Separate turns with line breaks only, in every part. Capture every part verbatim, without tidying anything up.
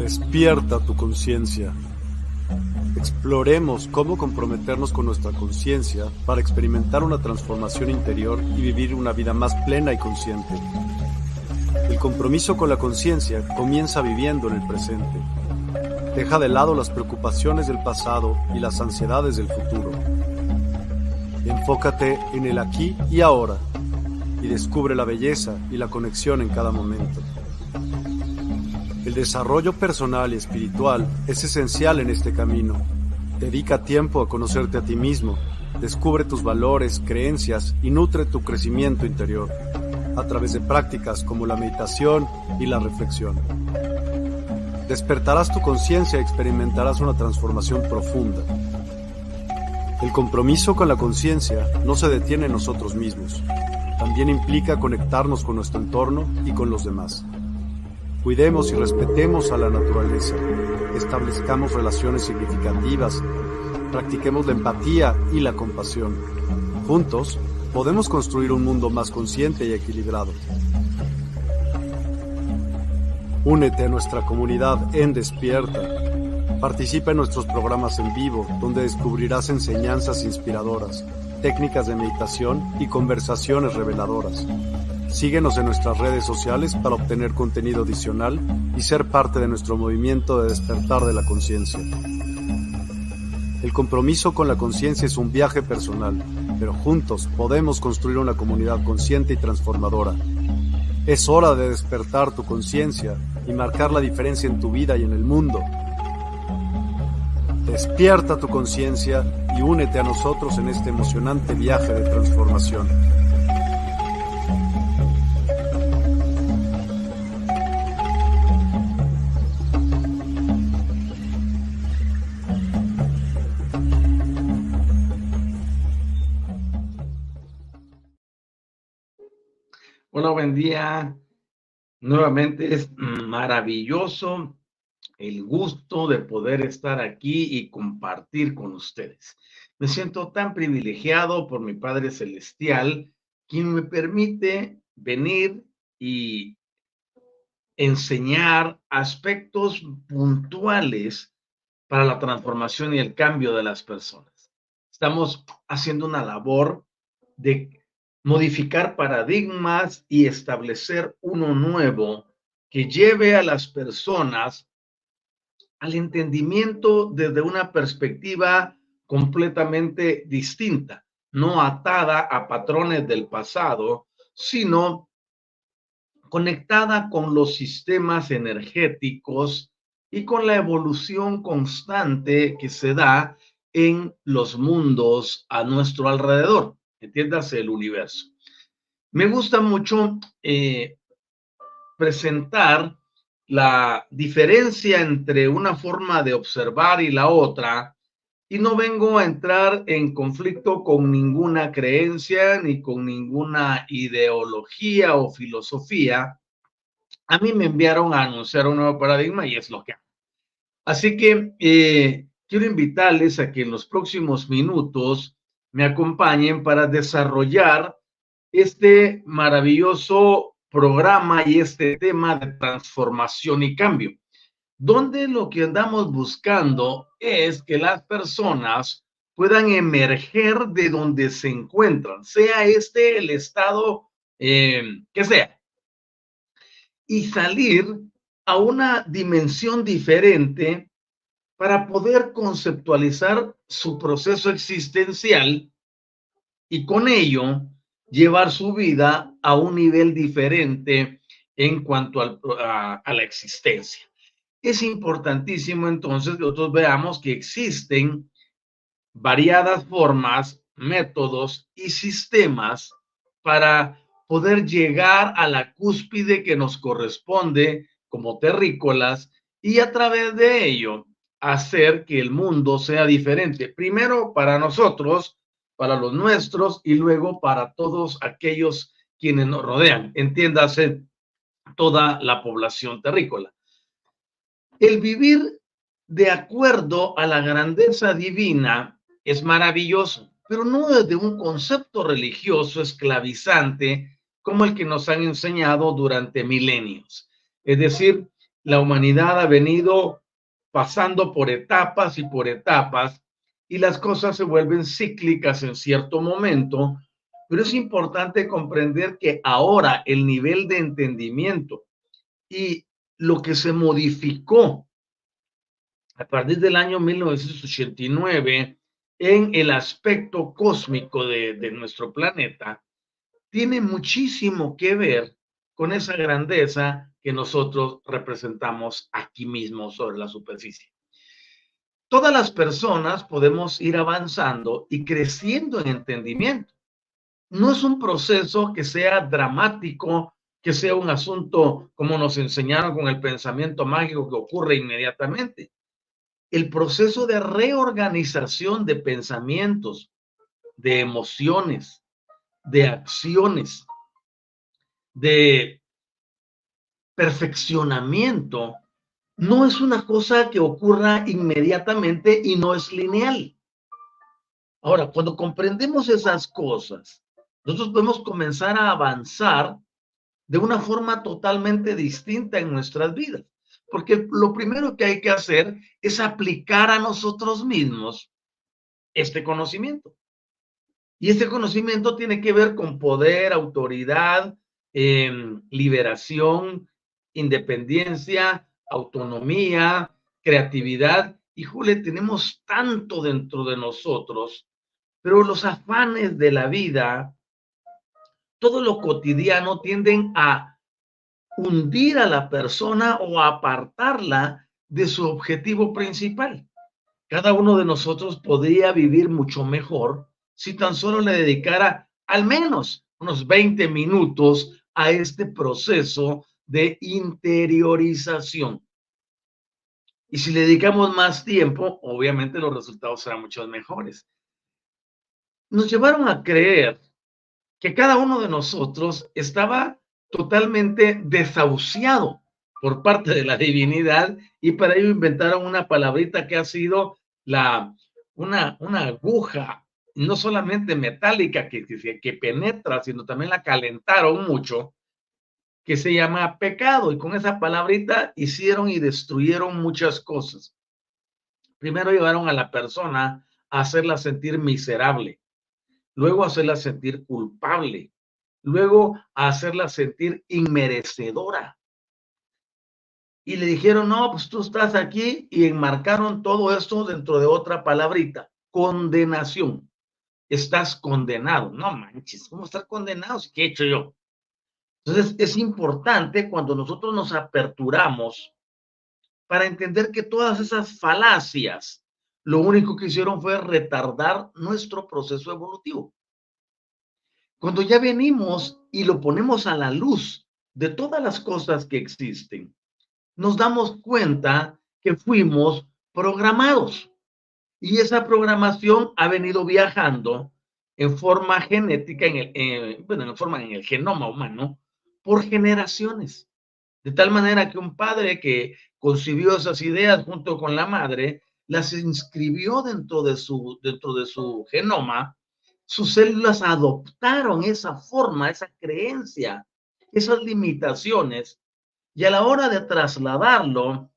Despierta tu conciencia. Exploremos cómo comprometernos con nuestra conciencia para experimentar una transformación interior y vivir una vida más plena y consciente. El compromiso con la conciencia comienza viviendo en el presente. Deja de lado las preocupaciones del pasado y las ansiedades del futuro. Enfócate en el aquí y ahora y descubre la belleza y la conexión en cada momento. El desarrollo personal y espiritual es esencial en este camino. Dedica tiempo a conocerte a ti mismo, descubre tus valores, creencias y nutre tu crecimiento interior a través de prácticas como la meditación y la reflexión. Despertarás tu conciencia y experimentarás una transformación profunda. El compromiso con la conciencia no se detiene en nosotros mismos. También implica conectarnos con nuestro entorno y con los demás. Cuidemos y respetemos a la naturaleza, establezcamos relaciones significativas, practiquemos la empatía y la compasión. Juntos, podemos construir un mundo más consciente y equilibrado. Únete a nuestra comunidad en Despierta. Participa en nuestros programas en vivo, donde descubrirás enseñanzas inspiradoras, técnicas de meditación y conversaciones reveladoras. Síguenos en nuestras redes sociales para obtener contenido adicional y ser parte de nuestro movimiento de despertar de la conciencia. El compromiso con la conciencia es un viaje personal, pero juntos podemos construir una comunidad consciente y transformadora. Es hora de despertar tu conciencia y marcar la diferencia en tu vida y en el mundo. Despierta tu conciencia y únete a nosotros en este emocionante viaje de transformación.
Hola, buen día. Nuevamente es maravilloso el gusto de poder estar aquí y compartir con ustedes. Me siento tan privilegiado por mi Padre Celestial, quien me permite venir y enseñar aspectos puntuales para la transformación y el cambio de las personas. Estamos haciendo una labor de modificar paradigmas y establecer uno nuevo que lleve a las personas al entendimiento desde una perspectiva completamente distinta, no atada a patrones del pasado, sino conectada con los sistemas energéticos y con la evolución constante que se da en los mundos a nuestro alrededor. Entiéndase el universo. Me gusta mucho eh, presentar la diferencia entre una forma de observar y la otra, y no vengo a entrar en conflicto con ninguna creencia ni con ninguna ideología o filosofía. A mí me enviaron a anunciar un nuevo paradigma y es lo que hago. Así que eh, quiero invitarles a que en los próximos minutos me acompañen para desarrollar este maravilloso programa y este tema de transformación y cambio, donde lo que andamos buscando es que las personas puedan emerger de donde se encuentran, sea este el estado eh, que sea, y salir a una dimensión diferente para poder conceptualizar su proceso existencial y con ello llevar su vida a un nivel diferente en cuanto al, a, a la existencia. Es importantísimo entonces que nosotros veamos que existen variadas formas, métodos y sistemas para poder llegar a la cúspide que nos corresponde como terrícolas y a través de ello hacer que el mundo sea diferente. Primero para nosotros, para los nuestros y luego para todos aquellos quienes nos rodean. Entiéndase, toda la población terrícola. El vivir de acuerdo a la grandeza divina es maravilloso, pero no desde un concepto religioso esclavizante como el que nos han enseñado durante milenios. Es decir, la humanidad ha venido pasando por etapas y por etapas y las cosas se vuelven cíclicas en cierto momento, pero es importante comprender que ahora el nivel de entendimiento y lo que se modificó a partir del año mil novecientos ochenta y nueve en el aspecto cósmico de, de nuestro planeta tiene muchísimo que ver con esa grandeza que nosotros representamos aquí mismo sobre la superficie. Todas las personas podemos ir avanzando y creciendo en entendimiento. No es un proceso que sea dramático, que sea un asunto como nos enseñaron con el pensamiento mágico que ocurre inmediatamente. El proceso de reorganización de pensamientos, de emociones, de acciones, de perfeccionamiento, no es una cosa que ocurra inmediatamente y no es lineal. Ahora, cuando comprendemos esas cosas, nosotros podemos comenzar a avanzar de una forma totalmente distinta en nuestras vidas. Porque lo primero que hay que hacer es aplicar a nosotros mismos este conocimiento. Y este conocimiento tiene que ver con poder, autoridad, eh, liberación, independencia, autonomía, creatividad. Híjole, tenemos tanto dentro de nosotros, pero los afanes de la vida, todo lo cotidiano, tienden a hundir a la persona o apartarla de su objetivo principal. Cada uno de nosotros podría vivir mucho mejor si tan solo le dedicara al menos unos veinte minutos a este proceso de interiorización. Y si le dedicamos más tiempo, obviamente los resultados serán mucho mejores. Nos llevaron a creer que cada uno de nosotros estaba totalmente desahuciado por parte de la divinidad y para ello inventaron una palabrita que ha sido la, una, una aguja, no solamente metálica que, que, que penetra, sino también la calentaron mucho, que se llama pecado, y con esa palabrita hicieron y destruyeron muchas cosas. Primero llevaron a la persona a hacerla sentir miserable, luego a hacerla sentir culpable, luego a hacerla sentir inmerecedora. Y le dijeron, no, pues tú estás aquí, y enmarcaron todo esto dentro de otra palabrita, condenación. Estás condenado. No manches, ¿cómo estar condenado? ¿Qué he hecho yo? Entonces es importante cuando nosotros nos aperturamos para entender que todas esas falacias lo único que hicieron fue retardar nuestro proceso evolutivo. Cuando ya venimos y lo ponemos a la luz de todas las cosas que existen, nos damos cuenta que fuimos programados. Y esa programación ha venido viajando en forma genética, en el, eh, bueno, en forma en el genoma humano, por generaciones. De tal manera que un padre que concibió esas ideas junto con la madre, las inscribió dentro de su, dentro de su genoma, sus células adoptaron esa forma, esa creencia, esas limitaciones, y a la hora de trasladarlo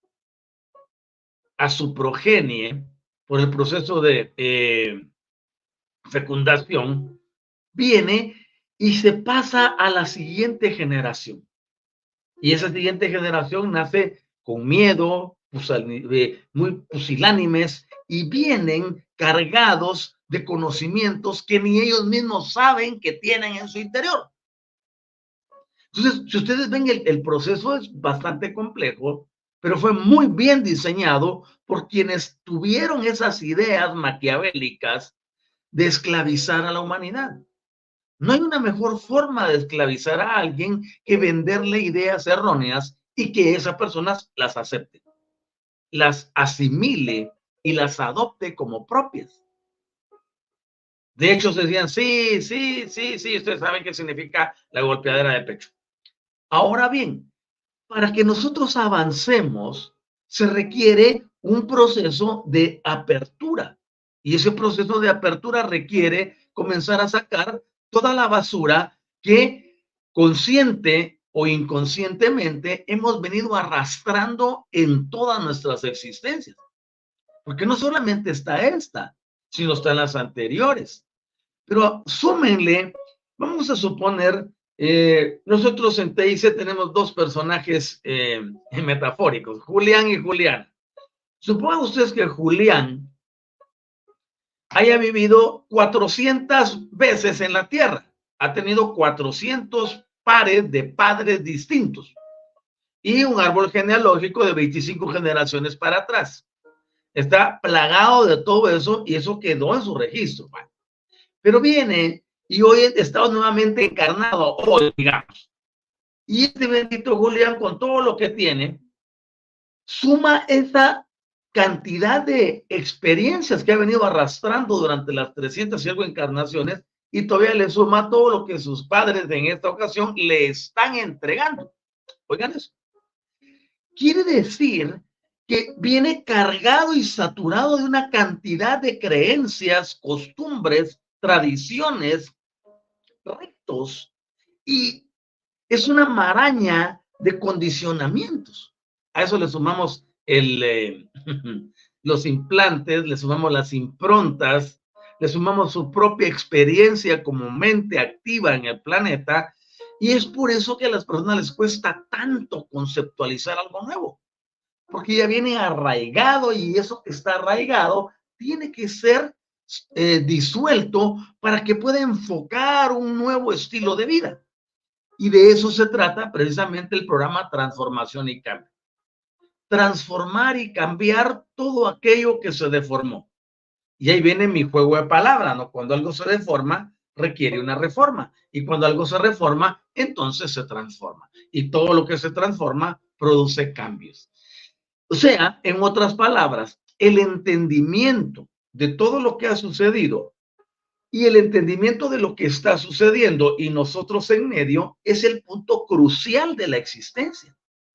a su progenie por el proceso de eh, fecundación, viene y se pasa a la siguiente generación. Y esa siguiente generación nace con miedo, muy pusilánimes, y vienen cargados de conocimientos que ni ellos mismos saben que tienen en su interior. Entonces, si ustedes ven, el, el proceso es bastante complejo, pero fue muy bien diseñado por quienes tuvieron esas ideas maquiavélicas de esclavizar a la humanidad. No hay una mejor forma de esclavizar a alguien que venderle ideas erróneas y que esa persona las acepte, las asimile y las adopte como propias. De hecho, se decían, sí, sí, sí, sí, ustedes saben qué significa la golpeadera de pecho. Ahora bien, para que nosotros avancemos, se requiere un proceso de apertura. Y ese proceso de apertura requiere comenzar a sacar toda la basura que consciente o inconscientemente hemos venido arrastrando en todas nuestras existencias. Porque no solamente está esta, sino están las anteriores. Pero súmenle, vamos a suponer, eh, nosotros en T I C tenemos dos personajes eh, metafóricos, Julián y Julián. Supongan ustedes que Julián haya vivido cuatrocientas veces en la Tierra, ha tenido cuatrocientos pares de padres distintos y un árbol genealógico de veinticinco generaciones para atrás. Está plagado de todo eso y eso quedó en su registro. Bueno, pero viene y hoy está nuevamente encarnado, hoy digamos. Y este bendito Julián, con todo lo que tiene, suma esa cantidad de experiencias que ha venido arrastrando durante las trescientas y algo encarnaciones y todavía le suma todo lo que sus padres en esta ocasión le están entregando. Oigan eso. Quiere decir que viene cargado y saturado de una cantidad de creencias, costumbres, tradiciones, ritos, y es una maraña de condicionamientos. A eso le sumamos el, eh, los implantes, le sumamos las improntas, le sumamos su propia experiencia como mente activa en el planeta, y es por eso que a las personas les cuesta tanto conceptualizar algo nuevo, porque ya viene arraigado y eso que está arraigado tiene que ser eh, disuelto para que pueda enfocar un nuevo estilo de vida. Y de eso se trata precisamente el programa Transformación y Cambio. Transformar y cambiar todo aquello que se deformó. Y ahí viene mi juego de palabras, ¿no? Cuando algo se deforma, requiere una reforma. Y cuando algo se reforma, entonces se transforma. Y todo lo que se transforma produce cambios. O sea, en otras palabras, el entendimiento de todo lo que ha sucedido y el entendimiento de lo que está sucediendo y nosotros en medio es el punto crucial de la existencia.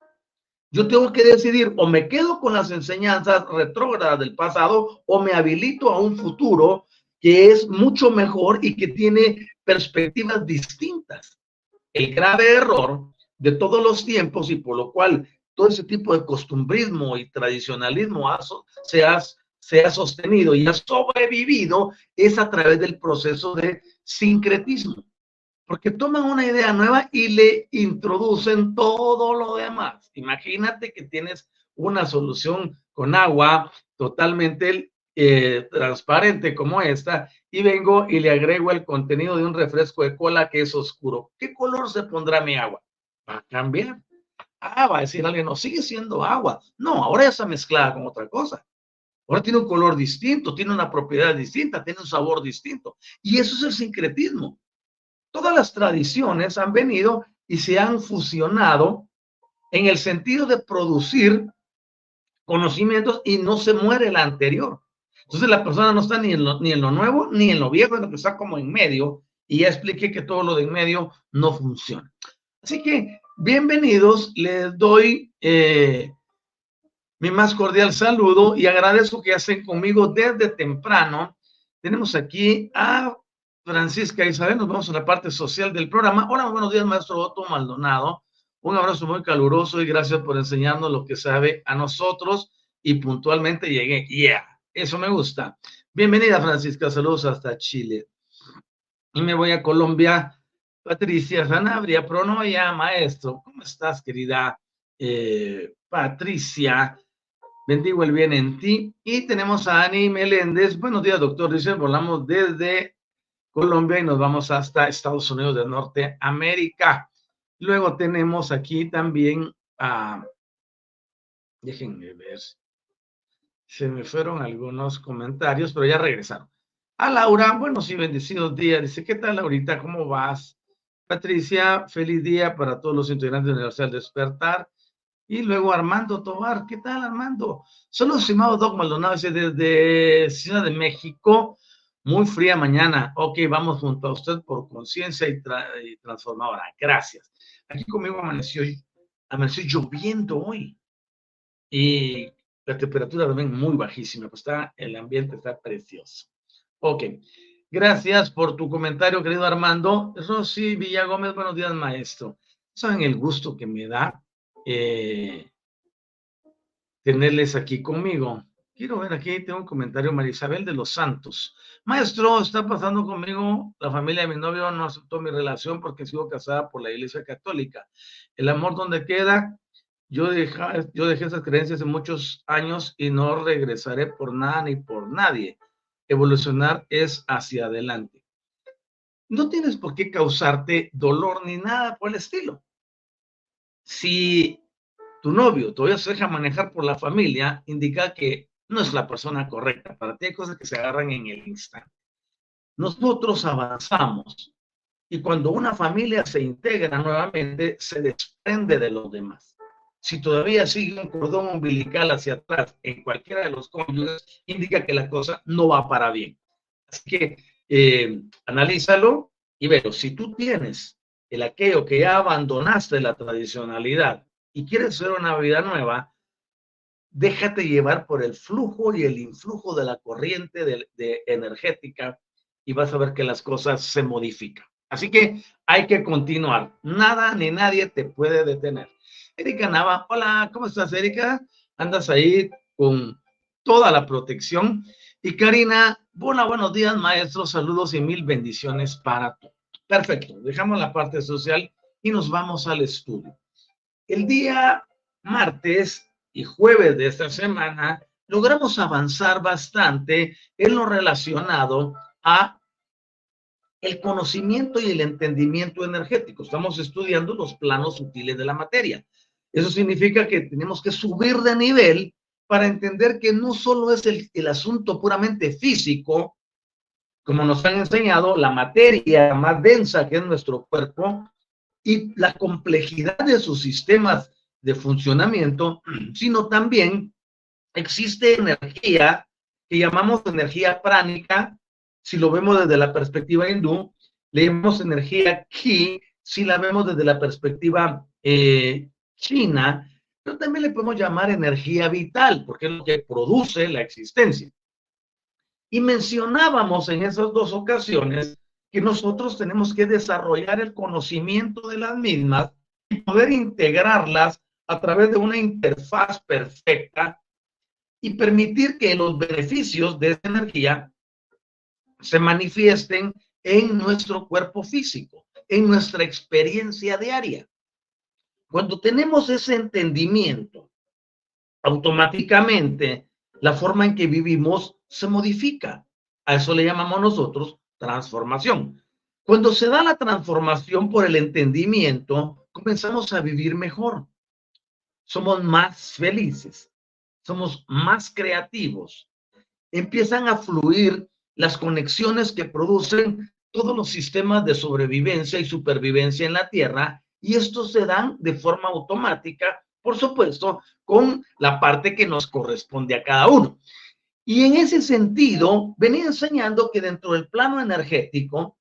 Yo tengo que decidir o me quedo con las enseñanzas retrógradas del pasado o me habilito a un futuro que es mucho mejor y que tiene perspectivas distintas. El grave error de todos los tiempos y por lo cual todo ese tipo de costumbrismo y tradicionalismo ha, se, ha, se ha sostenido y ha sobrevivido es a través del proceso de sincretismo. Porque toman una idea nueva y le introducen todo lo demás. Imagínate que tienes una solución con agua totalmente eh, transparente como esta y vengo y le agrego el contenido de un refresco de cola que es oscuro. ¿Qué color se pondrá mi agua? Va a cambiar. Ah, va a decir alguien, no, sigue siendo agua. No, ahora ya está mezclada con otra cosa. Ahora tiene un color distinto, tiene una propiedad distinta, tiene un sabor distinto. Y eso es el sincretismo. Todas las tradiciones han venido y se han fusionado en el sentido de producir conocimientos y no se muere la anterior. Entonces la persona no está ni en lo, ni en lo nuevo ni en lo viejo, sino que está como en medio y ya expliqué que todo lo de en medio no funciona. Así que bienvenidos, les doy eh, mi más cordial saludo y agradezco que estén conmigo desde temprano. Tenemos aquí a Francisca Isabel, nos vamos a la parte social del programa. Hola, buenos días, maestro Otto Maldonado. Un abrazo muy caluroso y gracias por enseñarnos lo que sabe a nosotros y puntualmente llegué. Yeah, eso me gusta. Bienvenida, Francisca, saludos hasta Chile. Y me voy a Colombia. Patricia Sanabria, Pronoya, maestro. ¿Cómo estás, querida eh, Patricia? Bendigo el bien en ti. Y tenemos a Ani Meléndez. Buenos días, doctor. Dice, volamos desde Colombia y nos vamos hasta Estados Unidos de Norteamérica. Luego tenemos aquí también a, déjenme ver, se me fueron algunos comentarios, pero ya regresaron. A Laura, buenos y bendecidos días. Dice, ¿qué tal, Laurita? ¿Cómo vas? Patricia, feliz día para todos los integrantes de la Universidad del Despertar. Y luego Armando Tobar, ¿qué tal, Armando? Saludos, estimado Doc Maldonado, dice, desde Ciudad de México. Muy fría mañana. Ok, vamos junto a usted por conciencia y, tra y transformadora. Gracias. Aquí conmigo amaneció, amaneció lloviendo hoy. Y la temperatura también muy bajísima. Pues está, el ambiente está precioso. Ok. Gracias por tu comentario, querido Armando. Rosy Villagómez, buenos días, maestro. Saben el gusto que me da eh, tenerles aquí conmigo. Quiero ver aquí, tengo un comentario, María Isabel de los Santos. Maestro, está pasando conmigo, la familia de mi novio no aceptó mi relación porque sigo casada por la Iglesia Católica. El amor donde queda, yo dejé, yo dejé esas creencias hace muchos años y no regresaré por nada ni por nadie. Evolucionar es hacia adelante. No tienes por qué causarte dolor ni nada por el estilo. Si tu novio todavía se deja manejar por la familia, indica que no es la persona correcta. Para ti hay cosas que se agarran en el instante. Nosotros avanzamos y cuando una familia se integra nuevamente, se desprende de los demás. Si todavía sigue un cordón umbilical hacia atrás en cualquiera de los cónyuges, indica que la cosa no va para bien. Así que eh, analízalo y velo. Si tú tienes el aquello que ya abandonaste la tradicionalidad y quieres hacer una vida nueva, déjate llevar por el flujo y el influjo de la corriente de, de energética y vas a ver que las cosas se modifican. Así que hay que continuar. Nada ni nadie te puede detener. Erika Nava, hola, ¿cómo estás, Erika? Andas ahí con toda la protección. Y Karina, hola, buenos días, maestros, saludos y mil bendiciones para todos. Perfecto, dejamos la parte social y nos vamos al estudio. El día martes y jueves de esta semana logramos avanzar bastante en lo relacionado a el conocimiento y el entendimiento energético. Estamos estudiando los planos sutiles de la materia. Eso significa que tenemos que subir de nivel para entender que no solo es el, el asunto puramente físico, como nos han enseñado, la materia más densa que es nuestro cuerpo y la complejidad de sus sistemas de funcionamiento, sino también existe energía que llamamos energía pránica. Si lo vemos desde la perspectiva hindú, le llamamos energía ki, si la vemos desde la perspectiva eh, china, pero también le podemos llamar energía vital, porque es lo que produce la existencia. Y mencionábamos en esas dos ocasiones que nosotros tenemos que desarrollar el conocimiento de las mismas y poder integrarlas a través de una interfaz perfecta y permitir que los beneficios de esa energía se manifiesten en nuestro cuerpo físico, en nuestra experiencia diaria. Cuando tenemos ese entendimiento, automáticamente la forma en que vivimos se modifica. A eso le llamamos nosotros transformación. Cuando se da la transformación por el entendimiento, comenzamos a vivir mejor. Somos más felices, somos más creativos. Empiezan a fluir las conexiones que producen todos los sistemas de sobrevivencia y supervivencia en la Tierra, y estos se dan de forma automática, por supuesto, con la parte que nos corresponde a cada uno. Y en ese sentido, venía enseñando que dentro del plano energético,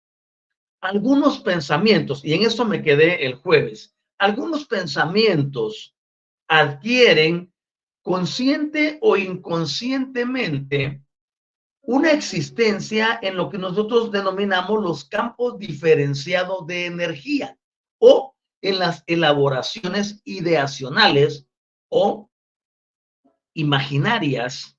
algunos pensamientos, y en esto me quedé el jueves, algunos pensamientos adquieren consciente o inconscientemente una existencia en lo que nosotros denominamos los campos diferenciados de energía o en las elaboraciones ideacionales o imaginarias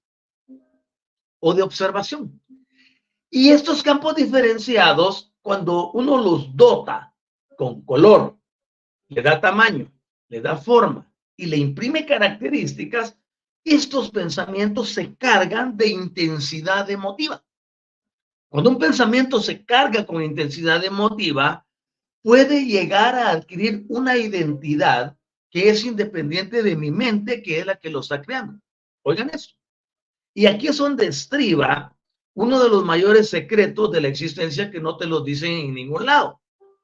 o de observación. Y estos campos diferenciados, cuando uno los dota con color, le da tamaño, le da forma y le imprime características, estos pensamientos se cargan de intensidad emotiva. Cuando un pensamiento se carga con intensidad emotiva, puede llegar a adquirir una identidad que es independiente de mi mente, que es la que lo está creando. Oigan eso. Y aquí es donde estriba uno de los mayores secretos de la existencia que no te los dicen en ningún lado.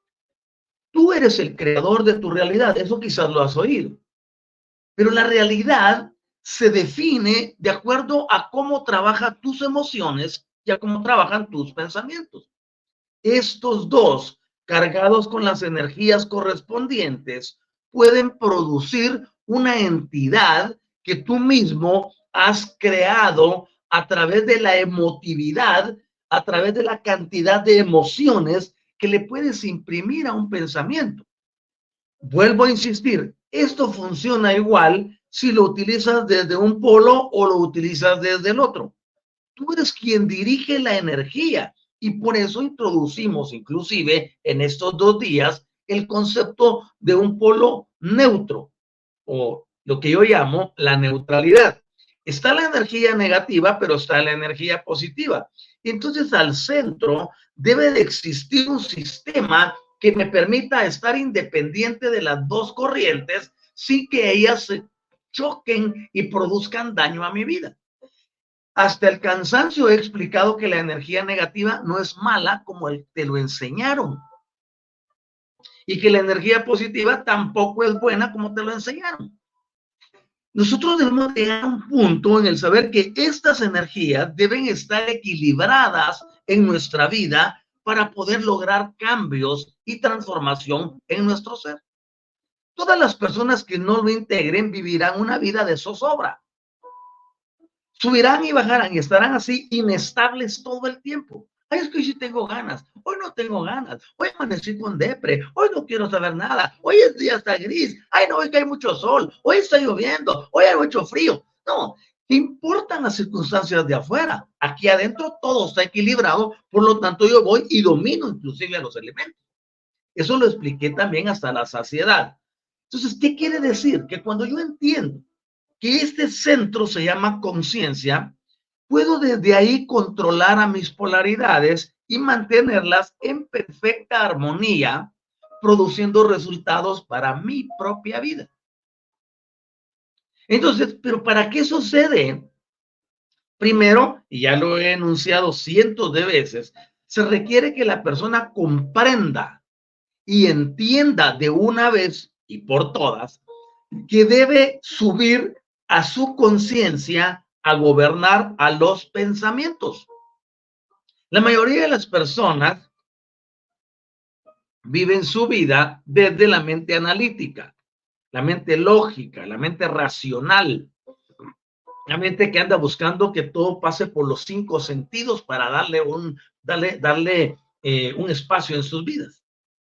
Tú eres el creador de tu realidad, eso quizás lo has oído. Pero la realidad se define de acuerdo a cómo trabajan tus emociones y a cómo trabajan tus pensamientos. Estos dos, cargados con las energías correspondientes, pueden producir una entidad que tú mismo has creado a través de la emotividad, a través de la cantidad de emociones que le puedes imprimir a un pensamiento. Vuelvo a insistir, esto funciona igual si lo utilizas desde un polo o lo utilizas desde el otro. Tú eres quien dirige la energía y por eso introducimos inclusive en estos dos días el concepto de un polo neutro o lo que yo llamo la neutralidad. Está la energía negativa, pero está la energía positiva. Entonces, al centro debe de existir un sistema que me permita estar independiente de las dos corrientes sin que ellas se choquen y produzcan daño a mi vida. Hasta el cansancio he explicado que la energía negativa no es mala como te lo enseñaron. Y que la energía positiva tampoco es buena como te lo enseñaron. Nosotros debemos llegar a un punto en el saber que estas energías deben estar equilibradas en nuestra vida para poder lograr cambios y transformación en nuestro ser. Todas las personas que no lo integren vivirán una vida de zozobra. Subirán y bajarán y estarán así inestables todo el tiempo. Ay, es que hoy sí tengo ganas, hoy no tengo ganas, hoy amanecí con depre, hoy no quiero saber nada, hoy el día está gris, ay no, hoy que hay mucho sol, hoy está lloviendo, hoy hay mucho frío. No, ¿qué importan las circunstancias de afuera? Aquí adentro todo está equilibrado, por lo tanto yo voy y domino inclusive a los elementos. Eso lo expliqué también hasta la saciedad. Entonces, ¿qué quiere decir? Que cuando yo entiendo que este centro se llama conciencia, puedo desde ahí controlar a mis polaridades y mantenerlas en perfecta armonía, produciendo resultados para mi propia vida. Entonces, ¿pero para qué sucede? Primero, y ya lo he enunciado cientos de veces, se requiere que la persona comprenda y entienda de una vez y por todas que debe subir a su conciencia a gobernar a los pensamientos. La mayoría de las personas viven su vida desde la mente analítica, la mente lógica, la mente racional, la mente que anda buscando que todo pase por los cinco sentidos para darle un, darle, darle, eh, un espacio en sus vidas.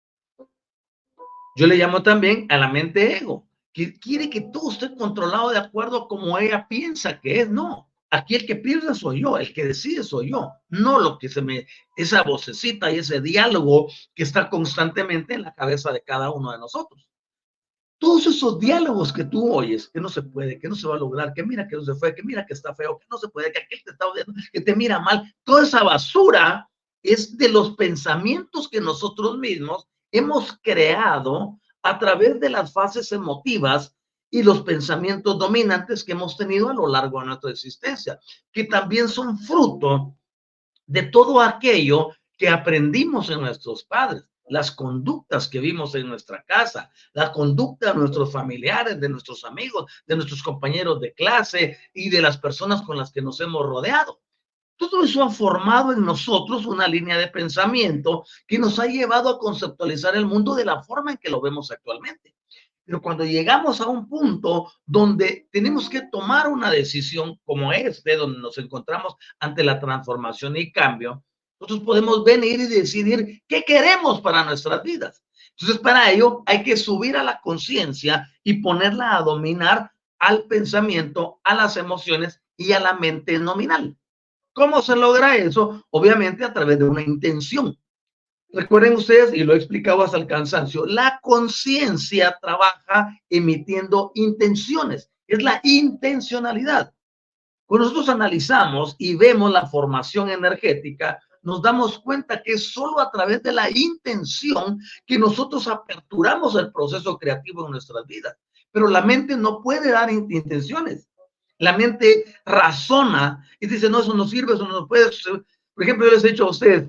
Yo le llamo también a la mente ego, que quiere que todo esté controlado de acuerdo a como ella piensa que es. No, aquí el que piensa soy yo, el que decide soy yo, no lo que se me, esa vocecita y ese diálogo que está constantemente en la cabeza de cada uno de nosotros. Todos esos diálogos que tú oyes, que no se puede, que no se va a lograr, que mira que no se fue, que mira que está feo, que no se puede, que aquel te está odiando, que te mira mal, toda esa basura es de los pensamientos que nosotros mismos hemos creado a través de las fases emotivas y los pensamientos dominantes que hemos tenido a lo largo de nuestra existencia, que también son fruto de todo aquello que aprendimos en nuestros padres, las conductas que vimos en nuestra casa, la conducta de nuestros familiares, de nuestros amigos, de nuestros compañeros de clase y de las personas con las que nos hemos rodeado. Todo eso ha formado en nosotros una línea de pensamiento que nos ha llevado a conceptualizar el mundo de la forma en que lo vemos actualmente. Pero cuando llegamos a un punto donde tenemos que tomar una decisión como este, donde nos encontramos ante la transformación y cambio, nosotros podemos venir y decidir qué queremos para nuestras vidas. Entonces, para ello hay que subir a la conciencia y ponerla a dominar al pensamiento, a las emociones y a la mente nominal. ¿Cómo se logra eso? Obviamente a través de una intención. Recuerden ustedes, y lo he explicado hasta el cansancio, la conciencia trabaja emitiendo intenciones. Es la intencionalidad. Cuando nosotros analizamos y vemos la formación energética, nos damos cuenta que es solo a través de la intención que nosotros aperturamos el proceso creativo en nuestras vidas. Pero la mente no puede dar intenciones. La mente razona y dice, no, eso no sirve, eso no puede. Por ejemplo, yo les he dicho a ustedes,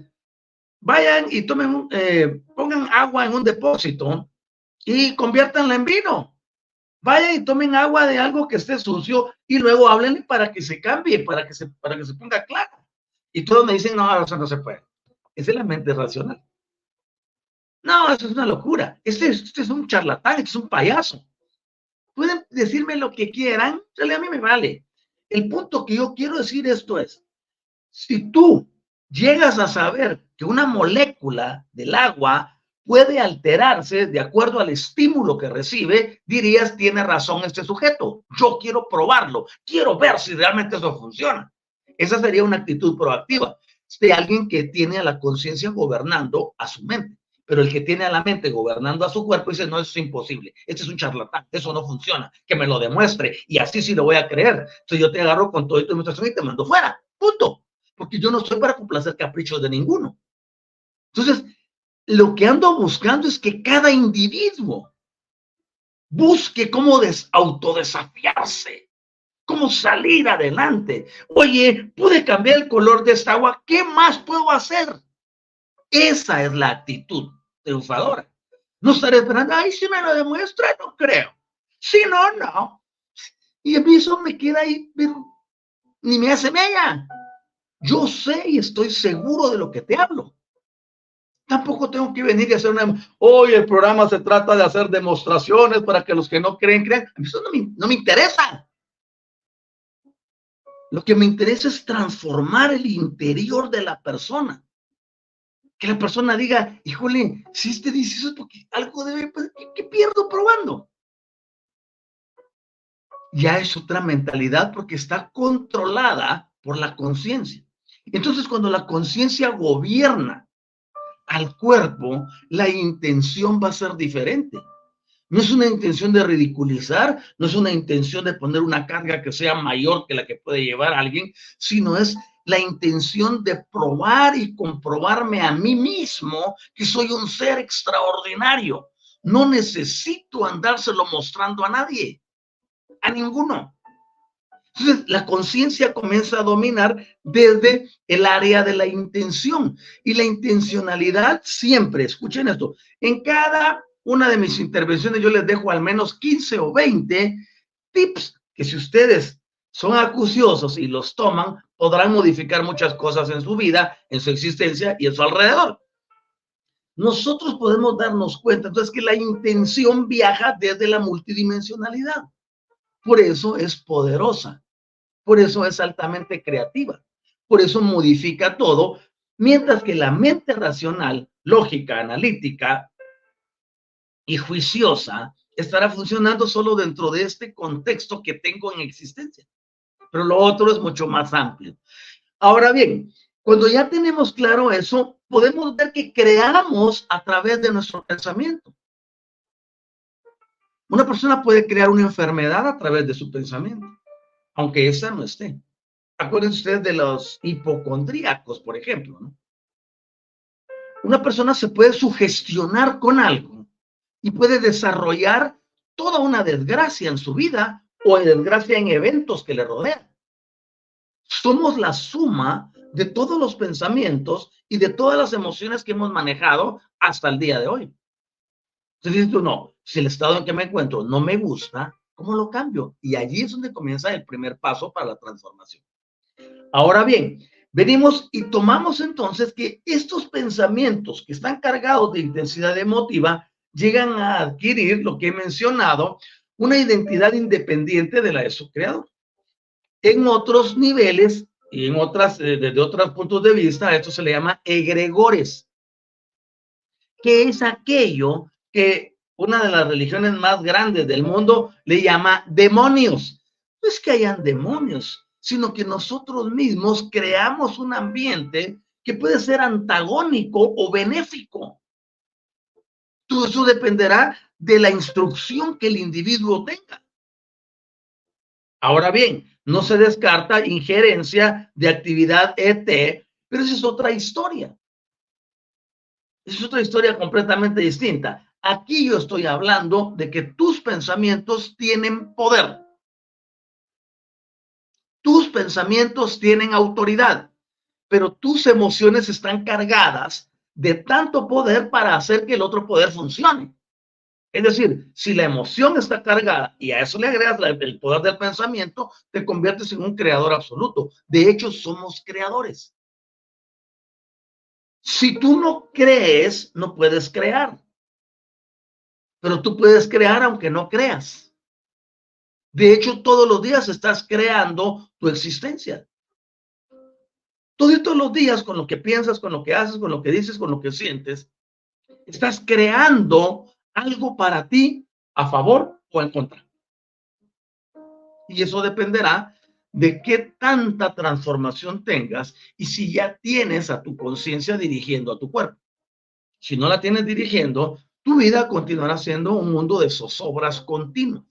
vayan y tomen, eh, pongan agua en un depósito y conviértanla en vino. Vayan y tomen agua de algo que esté sucio y luego hablen para que se cambie, para que se, para que se ponga claro. Y todos me dicen, no, eso no se puede. Esa es la mente racional. No, eso es una locura. Este, este es un charlatán, este es un payaso. Pueden decirme lo que quieran, a mí me vale. El punto que yo quiero decir esto es, si tú llegas a saber que una molécula del agua puede alterarse de acuerdo al estímulo que recibe. Dirías, tiene razón este sujeto, yo quiero probarlo, quiero ver si realmente eso funciona. Esa sería una actitud proactiva de alguien que tiene a la conciencia gobernando a su mente. Pero el que tiene a la mente gobernando a su cuerpo dice, no, eso es imposible, este es un charlatán, eso no funciona, que me lo demuestre, y así sí lo voy a creer. Entonces yo te agarro con toda tu demostración y te mando fuera, punto. Porque yo no estoy para complacer caprichos de ninguno. Entonces, lo que ando buscando es que cada individuo busque cómo des autodesafiarse, cómo salir adelante. Oye, pude cambiar el color de esta agua, ¿qué más puedo hacer? Esa es la actitud triunfadora. No estar esperando, ay, si me lo demuestra, no creo. Si no, no. Y a mí eso me queda ahí, pero ni me hace mella. Yo sé y estoy seguro de lo que te hablo. Tampoco tengo que venir y hacer una... Hoy el programa se trata de hacer demostraciones para que los que no creen, crean. A mí eso no me, no me interesa. Lo que me interesa es transformar el interior de la persona. Que la persona diga, híjole, si este dice eso es porque algo debe, pues, ¿qué, qué pierdo probando? Ya es otra mentalidad porque está controlada por la conciencia. Entonces, cuando la conciencia gobierna al cuerpo, la intención va a ser diferente. No es una intención de ridiculizar, no es una intención de poner una carga que sea mayor que la que puede llevar a alguien, sino es la intención de probar y comprobarme a mí mismo que soy un ser extraordinario. No necesito andárselo mostrando a nadie, a ninguno. Entonces, la conciencia comienza a dominar desde el área de la intención. Y la intencionalidad siempre, escuchen esto, en cada una de mis intervenciones yo les dejo al menos quince o veinte tips que si ustedes son acuciosos y los toman, podrán modificar muchas cosas en su vida, en su existencia y en su alrededor. Nosotros podemos darnos cuenta, entonces, que la intención viaja desde la multidimensionalidad. Por eso es poderosa. Por eso es altamente creativa. Por eso modifica todo, mientras que la mente racional, lógica, analítica y juiciosa estará funcionando solo dentro de este contexto que tengo en existencia. Pero lo otro es mucho más amplio. Ahora bien, cuando ya tenemos claro eso, podemos ver que creamos a través de nuestro pensamiento. Una persona puede crear una enfermedad a través de su pensamiento, aunque esa no esté. Acuérdense ustedes de los hipocondríacos, por ejemplo, ¿no? Una persona se puede sugestionar con algo y puede desarrollar toda una desgracia en su vida o desgracia en eventos que le rodean. Somos la suma de todos los pensamientos y de todas las emociones que hemos manejado hasta el día de hoy. Entonces dices tú, no, si el estado en que me encuentro no me gusta, ¿cómo lo cambio? Y allí es donde comienza el primer paso para la transformación. Ahora bien, venimos y tomamos entonces que estos pensamientos que están cargados de intensidad emotiva llegan a adquirir lo que he mencionado, una identidad independiente de la de su creador. En otros niveles y en otras, desde otros puntos de vista, esto se le llama egregores, que es aquello que una de las religiones más grandes del mundo le llama demonios. No es que hayan demonios, sino que nosotros mismos creamos un ambiente que puede ser antagónico o benéfico. Todo eso dependerá de la instrucción que el individuo tenga. Ahora bien, no se descarta injerencia de actividad E T, pero esa es otra historia. Esa es otra historia completamente distinta. Aquí yo estoy hablando de que tus pensamientos tienen poder. Tus pensamientos tienen autoridad, pero tus emociones están cargadas de tanto poder para hacer que el otro poder funcione. Es decir, si la emoción está cargada y a eso le agregas el poder del pensamiento, te conviertes en un creador absoluto. De hecho, somos creadores. Si tú no crees, no puedes crear. Pero tú puedes crear aunque no creas. De hecho, todos los días estás creando tu existencia. Todos los días, con lo que piensas, con lo que haces, con lo que dices, con lo que sientes, Estás creando algo para ti a favor o en contra. Y eso dependerá de qué tanta transformación tengas y si ya tienes a tu conciencia dirigiendo a tu cuerpo. Si no la tienes dirigiendo, tu vida continuará siendo un mundo de zozobras continuas.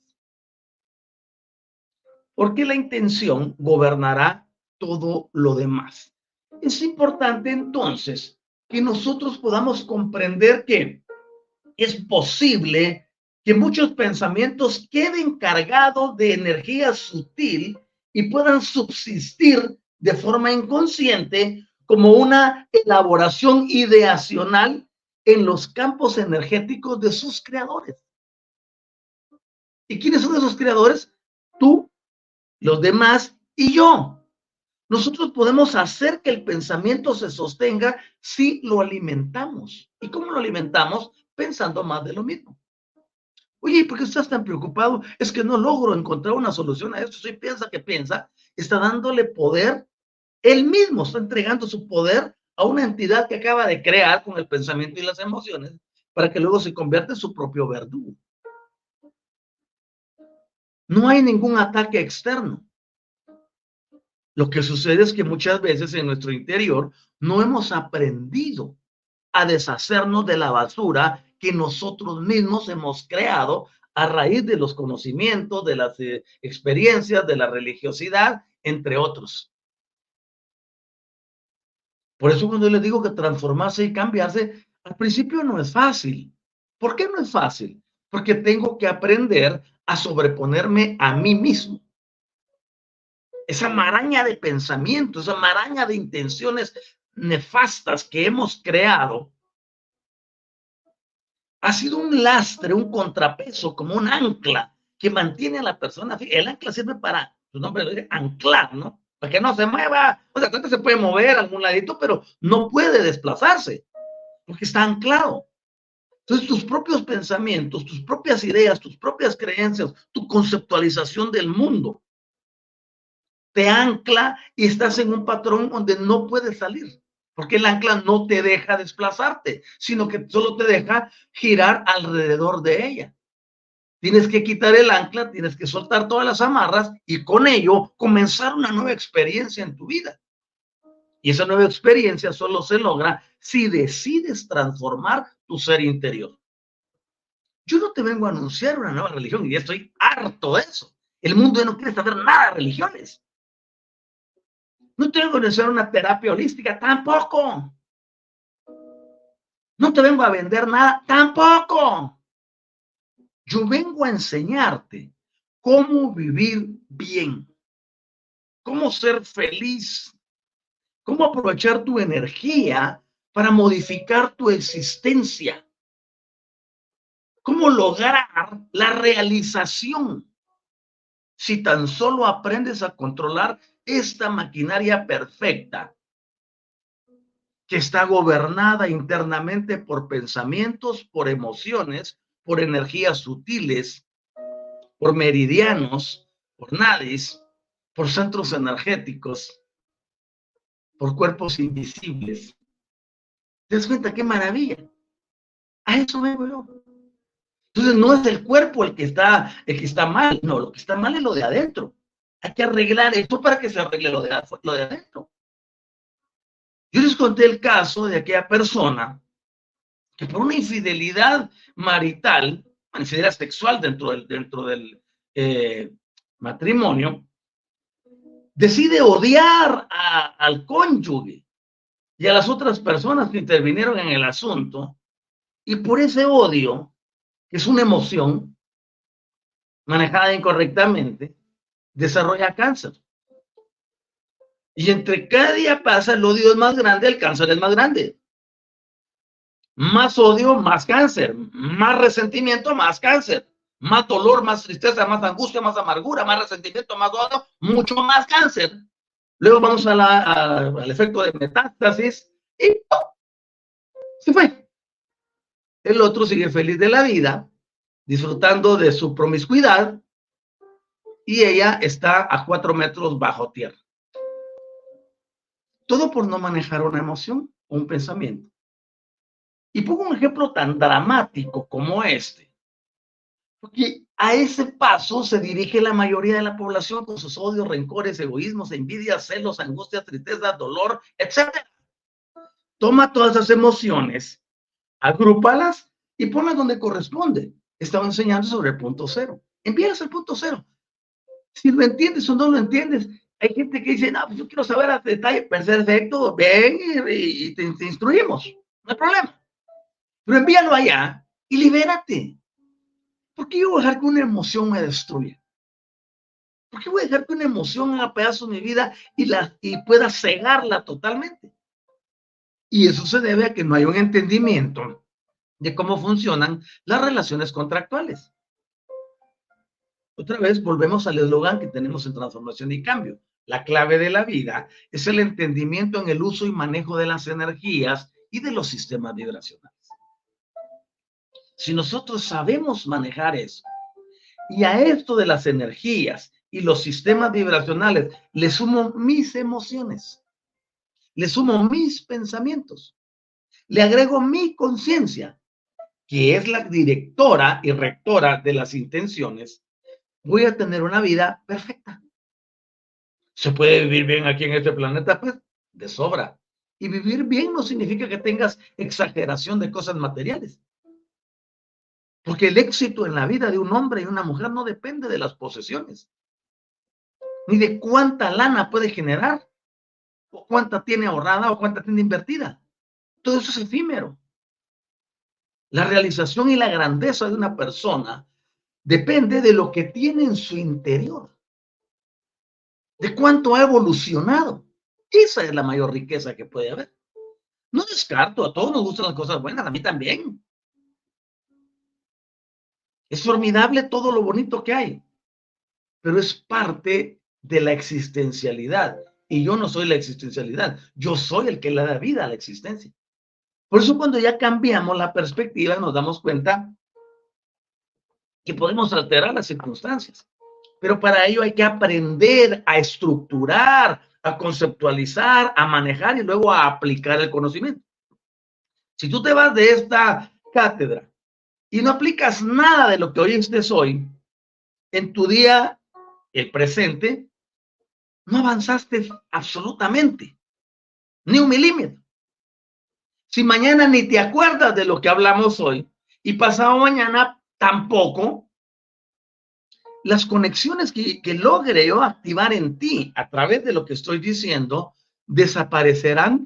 Porque la intención gobernará todo lo demás. Es importante entonces que nosotros podamos comprender que es posible que muchos pensamientos queden cargados de energía sutil y puedan subsistir de forma inconsciente como una elaboración ideacional en los campos energéticos de sus creadores. ¿Y quiénes son esos creadores? Tú, los demás y yo. Nosotros podemos hacer que el pensamiento se sostenga si lo alimentamos. ¿Y cómo lo alimentamos? Pensando más de lo mismo. Oye, ¿por qué estás tan preocupado? Es que no logro encontrar una solución a esto. Si piensa que piensa, está dándole poder. Él mismo está entregando su poder a una entidad que acaba de crear con el pensamiento y las emociones para que luego se convierta en su propio verdugo. No hay ningún ataque externo. Lo que sucede es que muchas veces en nuestro interior no hemos aprendido a deshacernos de la basura que nosotros mismos hemos creado a raíz de los conocimientos, de las eh, experiencias, de la religiosidad, entre otros. Por eso cuando les digo que transformarse y cambiarse, al principio no es fácil. ¿Por qué no es fácil? Porque tengo que aprender a sobreponerme a mí mismo. Esa maraña de pensamientos, esa maraña de intenciones nefastas que hemos creado, ha sido un lastre, un contrapeso, como un ancla que mantiene a la persona. El ancla sirve para, su nombre lo dice, anclar, ¿no? Para que no se mueva. O sea, creo que se puede mover a algún ladito, pero no puede desplazarse, porque está anclado. Entonces, tus propios pensamientos, tus propias ideas, tus propias creencias, tu conceptualización del mundo, te ancla y estás en un patrón donde no puedes salir. Porque el ancla no te deja desplazarte, sino que solo te deja girar alrededor de ella. Tienes que quitar el ancla, tienes que soltar todas las amarras y con ello comenzar una nueva experiencia en tu vida. Y esa nueva experiencia solo se logra si decides transformar tu ser interior. Yo no te vengo a anunciar una nueva religión y ya estoy harto de eso. El mundo ya no quiere saber nada de religiones. No te vengo a anunciar una terapia holística, tampoco. No te vengo a vender nada, tampoco. Yo vengo a enseñarte cómo vivir bien, cómo ser feliz, cómo aprovechar tu energía para modificar tu existencia, cómo lograr la realización si tan solo aprendes a controlar esta maquinaria perfecta que está gobernada internamente por pensamientos, por emociones, por energías sutiles, por meridianos, por nadis, por centros energéticos, por cuerpos invisibles. ¿Te das cuenta qué maravilla? A eso vengo yo. Entonces no es el cuerpo el que está, el que está mal, no, lo que está mal es lo de adentro. Hay que arreglar esto para que se arregle lo de, lo de adentro. Yo les conté el caso de aquella persona que por una infidelidad marital, una infidelidad sexual dentro del, dentro del eh, matrimonio, decide odiar a, al cónyuge y a las otras personas que intervinieron en el asunto, y por ese odio, que es una emoción manejada incorrectamente, desarrolla cáncer. Y entre cada día pasa, el odio es más grande, el cáncer es más grande. Más odio, más cáncer. Más resentimiento, más cáncer. Más dolor, más tristeza, más angustia, más amargura, más resentimiento, más odio, mucho más cáncer. Luego vamos a la, a, al efecto de metástasis y ¡oh! Se fue. El otro sigue feliz de la vida, disfrutando de su promiscuidad, y ella está a cuatro metros bajo tierra. Todo por no manejar una emoción o un pensamiento. Y pongo un ejemplo tan dramático como este, porque a ese paso se dirige la mayoría de la población con sus odios, rencores, egoísmos, envidias, celos, angustias, tristeza, dolor, etcétera. Toma todas esas emociones, agrúpalas y ponlas donde corresponde. Estaba enseñando sobre el punto cero. Envíalas al punto cero. Si lo entiendes o no lo entiendes, hay gente que dice, no, pues yo quiero saber a detalle, perfecto, ven y, y te, te instruimos, no hay problema. Pero envíalo allá y libérate. ¿Por qué yo voy a dejar que una emoción me destruya? ¿Por qué voy a dejar que una emoción haga pedazos mi vida y, la, y pueda cegarla totalmente? Y eso se debe a que no hay un entendimiento de cómo funcionan las relaciones contractuales. Otra vez volvemos al eslogan que tenemos en Transformación y Cambio. La clave de la vida es el entendimiento en el uso y manejo de las energías y de los sistemas vibracionales. Si nosotros sabemos manejar eso, y a esto de las energías y los sistemas vibracionales le sumo mis emociones, le sumo mis pensamientos, le agrego mi conciencia, que es la directora y rectora de las intenciones, voy a tener una vida perfecta. ¿Se puede vivir bien aquí en este planeta? Pues de sobra. Y vivir bien no significa que tengas exageración de cosas materiales. Porque el éxito en la vida de un hombre y una mujer no depende de las posesiones, ni de cuánta lana puede generar, o cuánta tiene ahorrada, o cuánta tiene invertida. Todo eso es efímero. La realización y la grandeza de una persona depende de lo que tiene en su interior, de cuánto ha evolucionado. Esa es la mayor riqueza que puede haber. No descarto, a todos nos gustan las cosas buenas, a mí también. Es formidable todo lo bonito que hay, pero es parte de la existencialidad. Y yo no soy la existencialidad, yo soy el que le da vida a la existencia. Por eso cuando ya cambiamos la perspectiva nos damos cuenta que podemos alterar las circunstancias. Pero para ello hay que aprender a estructurar, a conceptualizar, a manejar y luego a aplicar el conocimiento. Si tú te vas de esta cátedra y no aplicas nada de lo que oíste hoy en tu día, el presente, no avanzaste absolutamente, ni un milímetro. Si mañana ni te acuerdas de lo que hablamos hoy y pasado mañana tampoco, las conexiones que, que logre yo activar en ti a través de lo que estoy diciendo desaparecerán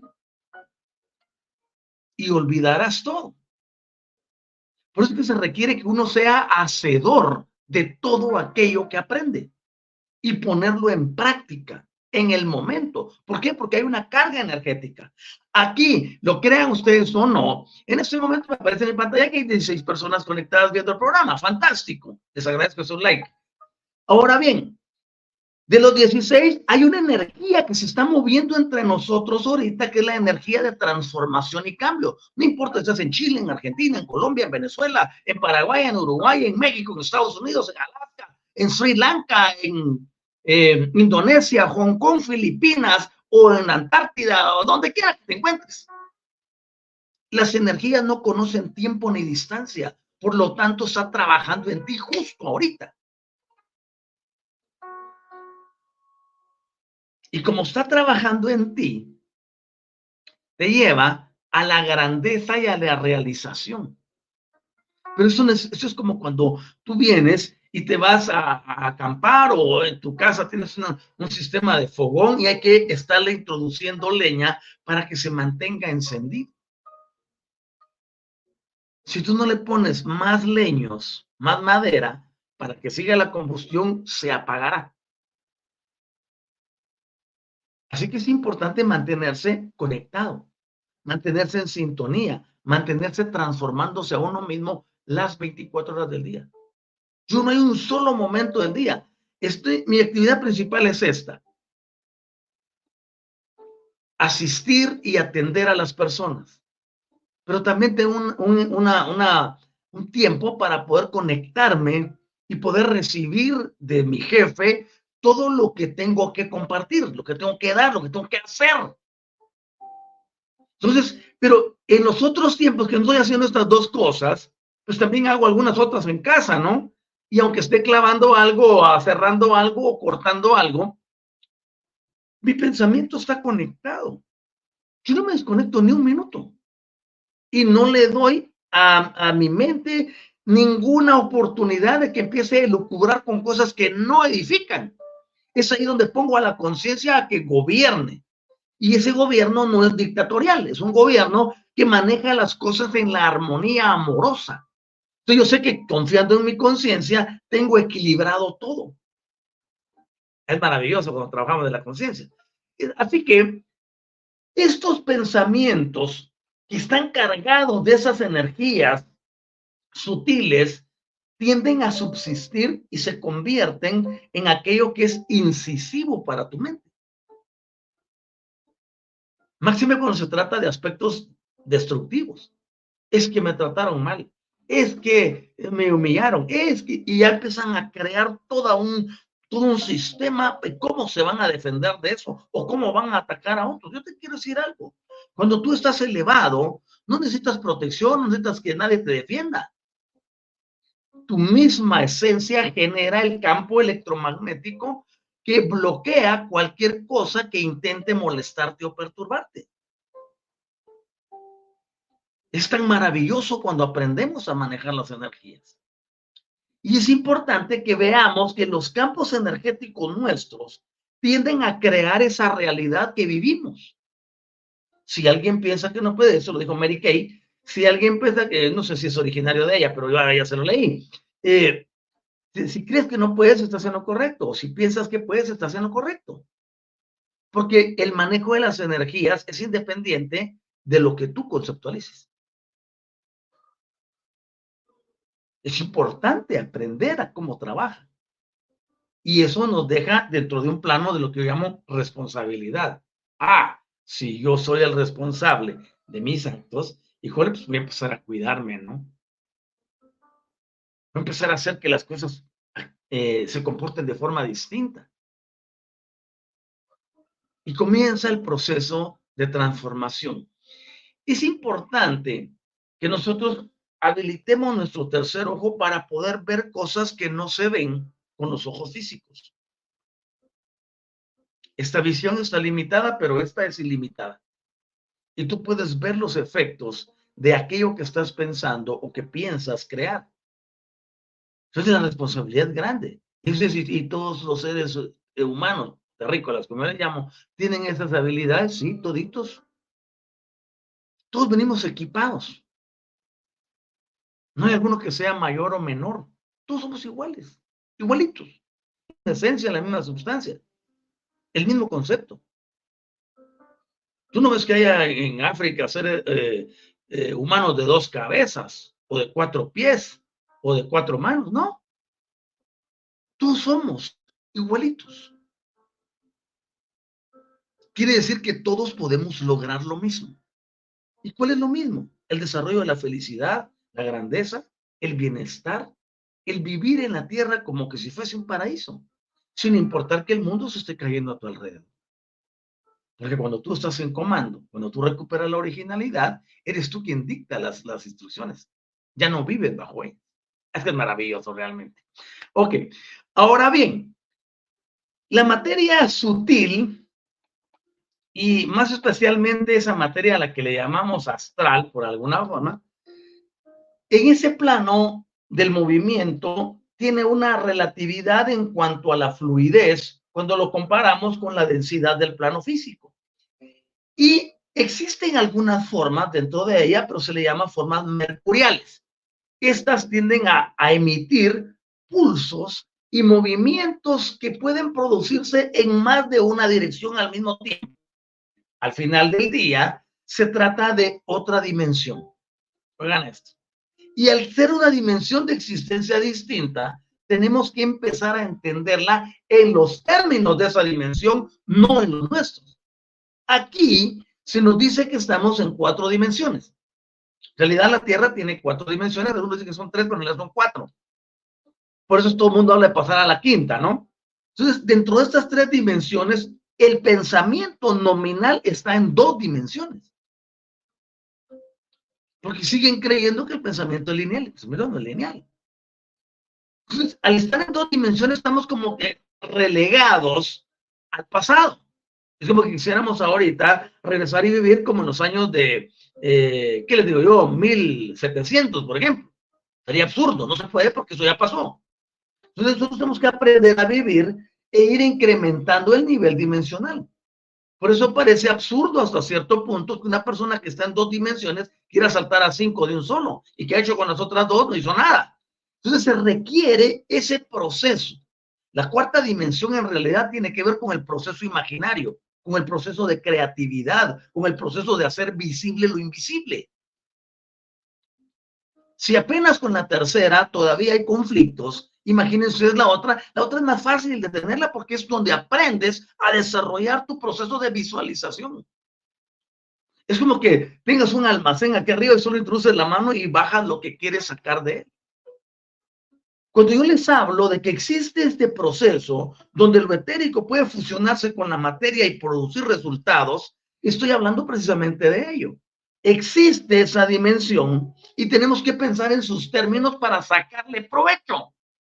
y olvidarás todo. Por eso es que se requiere que uno sea hacedor de todo aquello que aprende y ponerlo en práctica en el momento. ¿Por qué? Porque hay una carga energética. Aquí, lo crean ustedes o no, en este momento me aparece en mi pantalla que hay dieciséis personas conectadas viendo el programa. Fantástico. Les agradezco su like. Ahora bien, de los dieciséis hay una energía que se está moviendo entre nosotros ahorita, que es la energía de transformación y cambio. No importa si estás en Chile, en Argentina, en Colombia, en Venezuela, en Paraguay, en Uruguay, en México, en Estados Unidos, en Alaska, en Sri Lanka, en eh, Indonesia, Hong Kong, Filipinas o en Antártida o donde quiera que te encuentres. Las energías no conocen tiempo ni distancia, por lo tanto está trabajando en ti justo ahorita. Y como está trabajando en ti, te lleva a la grandeza y a la realización. Pero eso, es, eso es como cuando tú vienes y te vas a, a acampar o en tu casa tienes una, un sistema de fogón y hay que estarle introduciendo leña para que se mantenga encendido. Si tú no le pones más leños, más madera, para que siga la combustión, se apagará. Así que es importante mantenerse conectado, mantenerse en sintonía, mantenerse transformándose a uno mismo las veinticuatro horas del día. Yo no hay un solo momento del día. Estoy, mi actividad principal es esta: asistir y atender a las personas. Pero también tengo un, un, una, una, un tiempo para poder conectarme y poder recibir de mi jefe todo lo que tengo que compartir, lo que tengo que dar, lo que tengo que hacer. Entonces, pero En los otros tiempos que no estoy haciendo estas dos cosas, pues también hago algunas otras en casa, ¿no? Y aunque esté clavando algo, cerrando algo o cortando algo, mi pensamiento está conectado. Yo no me desconecto ni un minuto y no le doy a, a mi mente ninguna oportunidad de que empiece a elucubrar con cosas que no edifican. Es ahí donde pongo a la conciencia a que gobierne. Y ese gobierno no es dictatorial, es un gobierno que maneja las cosas en la armonía amorosa. Entonces yo sé que confiando en mi conciencia tengo equilibrado todo. Es maravilloso cuando trabajamos de la conciencia. Así que estos pensamientos que están cargados de esas energías sutiles tienden a subsistir y se convierten en aquello que es incisivo para tu mente. Máxime cuando se trata de aspectos destructivos. Es que me trataron mal, es que me humillaron, es que, y ya empiezan a crear toda un, todo un sistema de cómo se van a defender de eso o cómo van a atacar a otros. Yo te quiero decir algo. Cuando tú estás elevado, no necesitas protección, no necesitas que nadie te defienda. Tu misma esencia genera el campo electromagnético que bloquea cualquier cosa que intente molestarte o perturbarte. Es tan maravilloso cuando aprendemos a manejar las energías. Y es importante que veamos que los campos energéticos nuestros tienden a crear esa realidad que vivimos. Si alguien piensa que no puede, eso lo dijo Mary Kay, si alguien piensa que, no sé si es originario de ella, pero yo ya se lo leí, eh, si, si crees que no puedes, estás en lo correcto, o si piensas que puedes, estás en lo correcto. Porque el manejo de las energías es independiente de lo que tú conceptualices. Es importante aprender a cómo trabaja. Y eso nos deja dentro de un plano de lo que yo llamo responsabilidad. Ah, si yo soy el responsable de mis actos, híjole, pues voy a empezar a cuidarme, ¿no? Voy a empezar a hacer que las cosas eh, se comporten de forma distinta. Y comienza el proceso de transformación. Es importante que nosotros habilitemos nuestro tercer ojo para poder ver cosas que no se ven con los ojos físicos. Esta visión está limitada, pero esta es ilimitada. Y tú puedes ver los efectos de aquello que estás pensando o que piensas crear. Entonces la responsabilidad es grande. Y, y todos los seres humanos, terrícolas, como yo les llamo, tienen esas habilidades, sí, toditos. Todos venimos equipados. No hay alguno que sea mayor o menor. Todos somos iguales, igualitos. En esencia, la misma sustancia. El mismo concepto. Tú no ves que haya en África seres eh, eh, humanos de dos cabezas, o de cuatro pies, o de cuatro manos, no. Todos somos igualitos. Quiere decir que todos podemos lograr lo mismo. ¿Y cuál es lo mismo? El desarrollo de la felicidad, la grandeza, el bienestar, el vivir en la tierra como que si fuese un paraíso, sin importar que el mundo se esté cayendo a tu alrededor. Porque cuando tú estás en comando, cuando tú recuperas la originalidad, eres tú quien dicta las, las instrucciones. Ya no vives bajo él. Es que es maravilloso realmente. Ok, ahora bien, la materia sutil, y más especialmente esa materia a la que le llamamos astral, por alguna forma, en ese plano del movimiento tiene una relatividad en cuanto a la fluidez cuando lo comparamos con la densidad del plano físico. Y existen algunas formas dentro de ella, pero se le llama formas mercuriales. Estas tienden a, a emitir pulsos y movimientos que pueden producirse en más de una dirección al mismo tiempo. Al final del día, se trata de otra dimensión. Oigan esto. Y al ser una dimensión de existencia distinta, tenemos que empezar a entenderla en los términos de esa dimensión, no en los nuestros. Aquí se nos dice que estamos en cuatro dimensiones. En realidad la Tierra tiene cuatro dimensiones, algunos dicen que son tres, pero en realidad son cuatro. Por eso todo el mundo habla de pasar a la quinta, ¿no? Entonces, dentro de estas tres dimensiones, el pensamiento nominal está en dos dimensiones. porque siguen creyendo que el pensamiento es lineal. El pensamiento no es lineal. Entonces, al estar en dos dimensiones, estamos como que relegados al pasado. Es como que quisiéramos ahorita regresar y vivir como en los años de, eh, ¿qué les digo yo? mil setecientos, por ejemplo. Sería absurdo, no se puede porque eso ya pasó. Entonces nosotros tenemos que aprender a vivir e ir incrementando el nivel dimensional. Por eso parece absurdo hasta cierto punto que una persona que está en dos dimensiones quiera saltar a cinco de un solo y que ha hecho con las otras dos no hizo nada. Entonces se requiere ese proceso. La cuarta dimensión en realidad tiene que ver con el proceso imaginario, con el proceso de creatividad, con el proceso de hacer visible lo invisible. Si apenas con la tercera todavía hay conflictos, imagínense ustedes la otra. La otra es más fácil de tenerla porque es donde aprendes a desarrollar tu proceso de visualización. Es como que tengas un almacén aquí arriba y solo introduces la mano y bajas lo que quieres sacar de él. Cuando yo les hablo de que existe este proceso donde lo etérico puede fusionarse con la materia y producir resultados, estoy hablando precisamente de ello. Existe esa dimensión y tenemos que pensar en sus términos para sacarle provecho.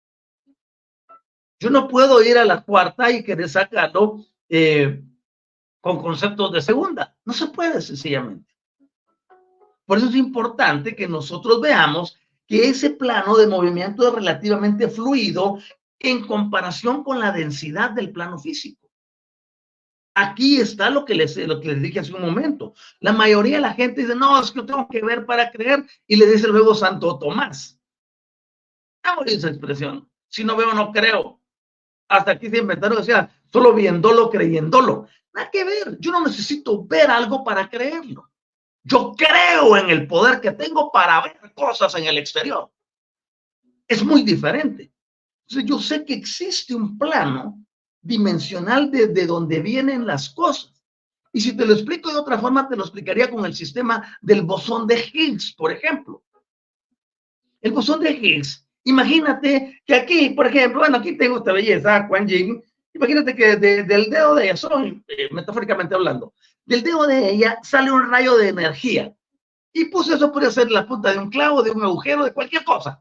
Yo no puedo ir a la cuarta y querer sacarlo eh, con conceptos de segunda. No se puede, sencillamente. Por eso es importante que nosotros veamos que ese plano de movimiento es relativamente fluido en comparación con la densidad del plano físico. Aquí está lo que les, lo que les dije hace un momento. La mayoría de la gente dice, no, es que yo tengo que ver para creer, y le dice luego Santo Tomás. ¿Cómo esa expresión? Si no veo, no creo. Hasta aquí se inventaron, o sea, solo viéndolo, creyéndolo. Nada que ver. Yo no necesito ver algo para creerlo. Yo creo en el poder que tengo para ver cosas en el exterior. Es muy diferente. Entonces, yo sé que existe un plano dimensional desde donde vienen las cosas. Y si te lo explico de otra forma, te lo explicaría con el sistema del bosón de Higgs, por ejemplo. El bosón de Higgs, imagínate que aquí, por ejemplo, bueno, aquí tengo esta belleza, Quan Yin. Imagínate que de, del dedo de ella, solo eh, metafóricamente hablando, del dedo de ella sale un rayo de energía. Y pues eso puede ser la punta de un clavo, de un agujero, de cualquier cosa.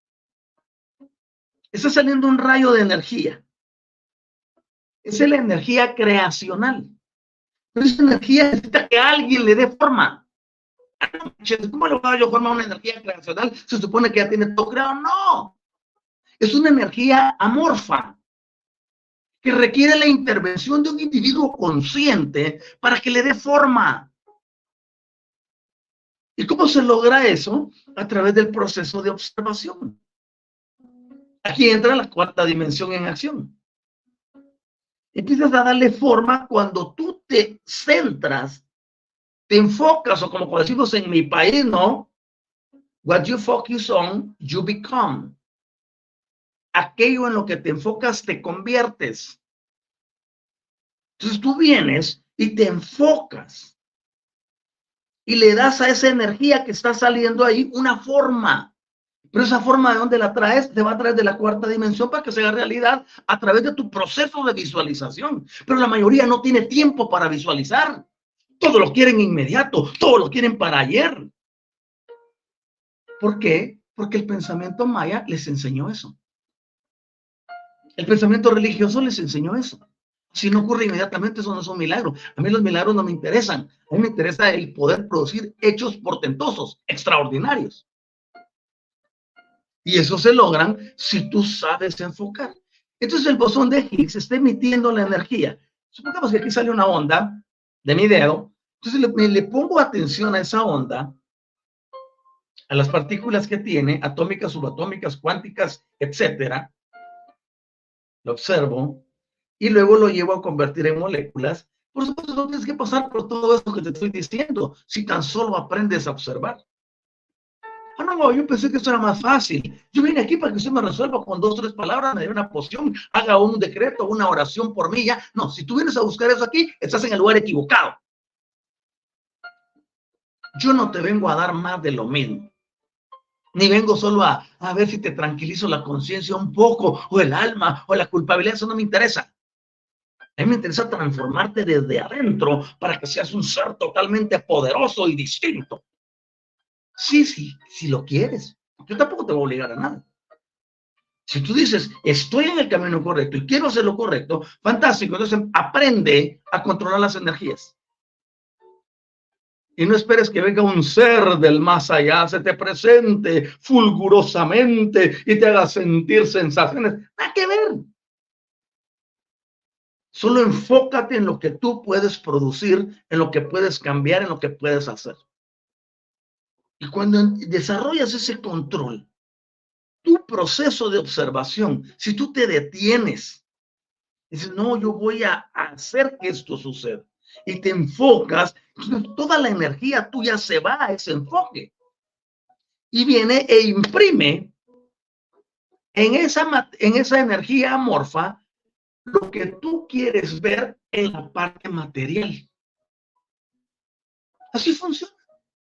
Está saliendo un rayo de energía. Esa es la energía creacional. Pero esa energía necesita que alguien le dé forma. ¿Cómo le voy a yo formar una energía creacional? Se supone que ya tiene todo creado. No. Es una energía amorfa que requiere la intervención de un individuo consciente para que le dé forma. ¿Y cómo se logra eso? A través del proceso de observación. Aquí entra la cuarta dimensión en acción. Empiezas a darle forma cuando tú te centras, te enfocas, o como decimos en mi país, ¿no? What you focus on, you become. Aquello en lo que te enfocas, te conviertes. Entonces tú vienes y te enfocas y le das a esa energía que está saliendo ahí una forma. Pero esa forma, ¿de dónde la traes? Te va a traer de la cuarta dimensión para que sea realidad a través de tu proceso de visualización. Pero la mayoría no tiene tiempo para visualizar. Todos lo quieren inmediato, todos lo quieren para ayer. ¿Por qué? Porque el pensamiento maya les enseñó eso. El pensamiento religioso les enseñó eso. Si no ocurre inmediatamente, eso no es un milagro. A mí los milagros no me interesan. A mí me interesa el poder producir hechos portentosos, extraordinarios. Y eso se logran si tú sabes enfocar. Entonces el bosón de Higgs está emitiendo la energía. Supongamos que aquí sale una onda de mi dedo. Entonces le, le pongo atención a esa onda, a las partículas que tiene, atómicas, subatómicas, cuánticas, etcétera. Lo observo y luego lo llevo a convertir en moléculas. Por supuesto, no tienes que pasar por todo eso que te estoy diciendo, si tan solo aprendes a observar. Ah, no, yo pensé que eso era más fácil. Yo vine aquí para que usted me resuelva con dos o tres palabras, me dé una poción, haga un decreto, una oración por mí. Ya. No, si tú vienes a buscar eso aquí, estás en el lugar equivocado. Yo no te vengo a dar más de lo mismo. Ni vengo solo a, a ver si te tranquilizo la conciencia un poco, o el alma, o la culpabilidad. Eso no me interesa. A mí me interesa transformarte desde adentro para que seas un ser totalmente poderoso y distinto. Sí, sí, si lo quieres. Yo tampoco te voy a obligar a nada. Si tú dices, estoy en el camino correcto y quiero hacer lo correcto, fantástico. Entonces aprende a controlar las energías. Y no esperes que venga un ser del más allá, se te presente fulgurosamente y te haga sentir sensaciones. Nada que ver. Solo enfócate en lo que tú puedes producir, en lo que puedes cambiar, en lo que puedes hacer. Y cuando desarrollas ese control, tu proceso de observación, si tú te detienes, dices, no, yo voy a hacer que esto suceda, y te enfocas, toda la energía tuya se va a ese enfoque, y viene e imprime en esa, en esa energía amorfa lo que tú quieres ver en la parte material. Así funciona.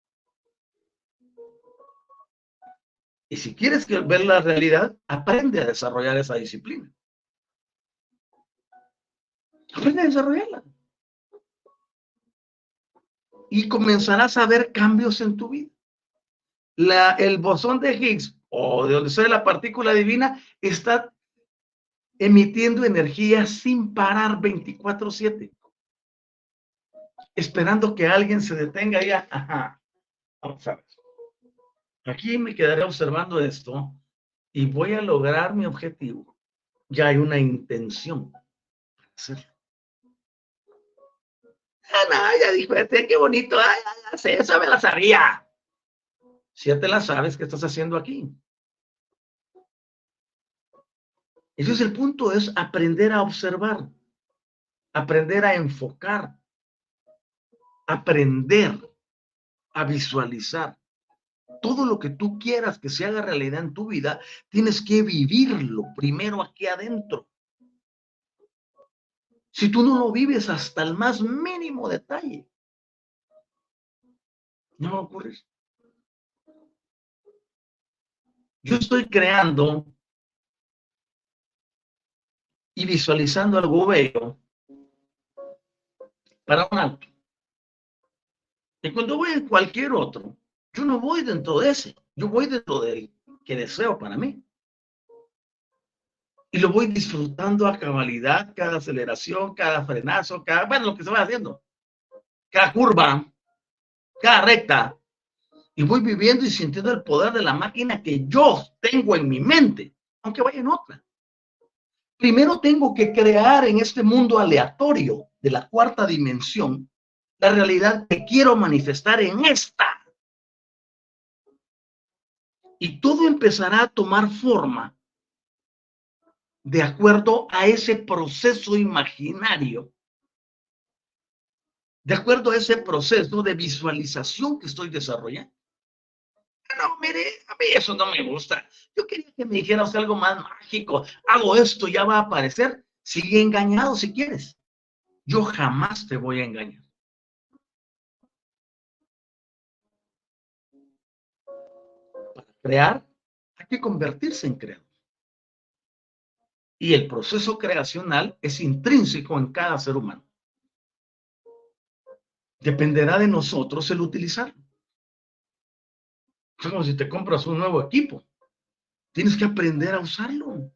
Y si quieres ver la realidad, aprende a desarrollar esa disciplina. Aprende a desarrollarla. Y comenzarás a ver cambios en tu vida. La, el bosón de Higgs, o de donde sale la partícula divina, está emitiendo energía sin parar veinticuatro siete. Esperando que alguien se detenga y ajá, vamos a ver. Aquí me quedaré observando esto y voy a lograr mi objetivo. Ya hay una intención para hacerlo. Ah, no, ya dijo, este, qué bonito, ay, ay, ay, eso me la sabía. Si ya te la sabes, ¿qué estás haciendo aquí? Entonces el punto es aprender a observar, aprender a enfocar, aprender a visualizar. Todo lo que tú quieras que se haga realidad en tu vida, tienes que vivirlo primero aquí adentro. Si tú no lo vives hasta el más mínimo detalle, no va a ocurrir. Yo estoy creando y visualizando algo bello para un auto. Y cuando voy en cualquier otro, yo no voy dentro de ese, yo voy dentro del que deseo para mí. Y lo voy disfrutando a cabalidad, cada aceleración, cada frenazo, cada, bueno, lo que se va haciendo, cada curva, cada recta. Y voy viviendo y sintiendo el poder de la máquina que yo tengo en mi mente, aunque vaya en otra. Primero tengo que crear en este mundo aleatorio de la cuarta dimensión la realidad que quiero manifestar en esta. Y todo empezará a tomar forma de acuerdo a ese proceso imaginario, de acuerdo a ese proceso de visualización que estoy desarrollando. No, mire, a mí eso no me gusta. Yo quería que me dijeras algo más mágico. Hago esto, ya va a aparecer. Sigue engañado si quieres. Yo jamás te voy a engañar. Para crear, hay que convertirse en creador. Y el proceso creacional es intrínseco en cada ser humano. Dependerá de nosotros el utilizarlo. Es como si te compras un nuevo equipo. Tienes que aprender a usarlo.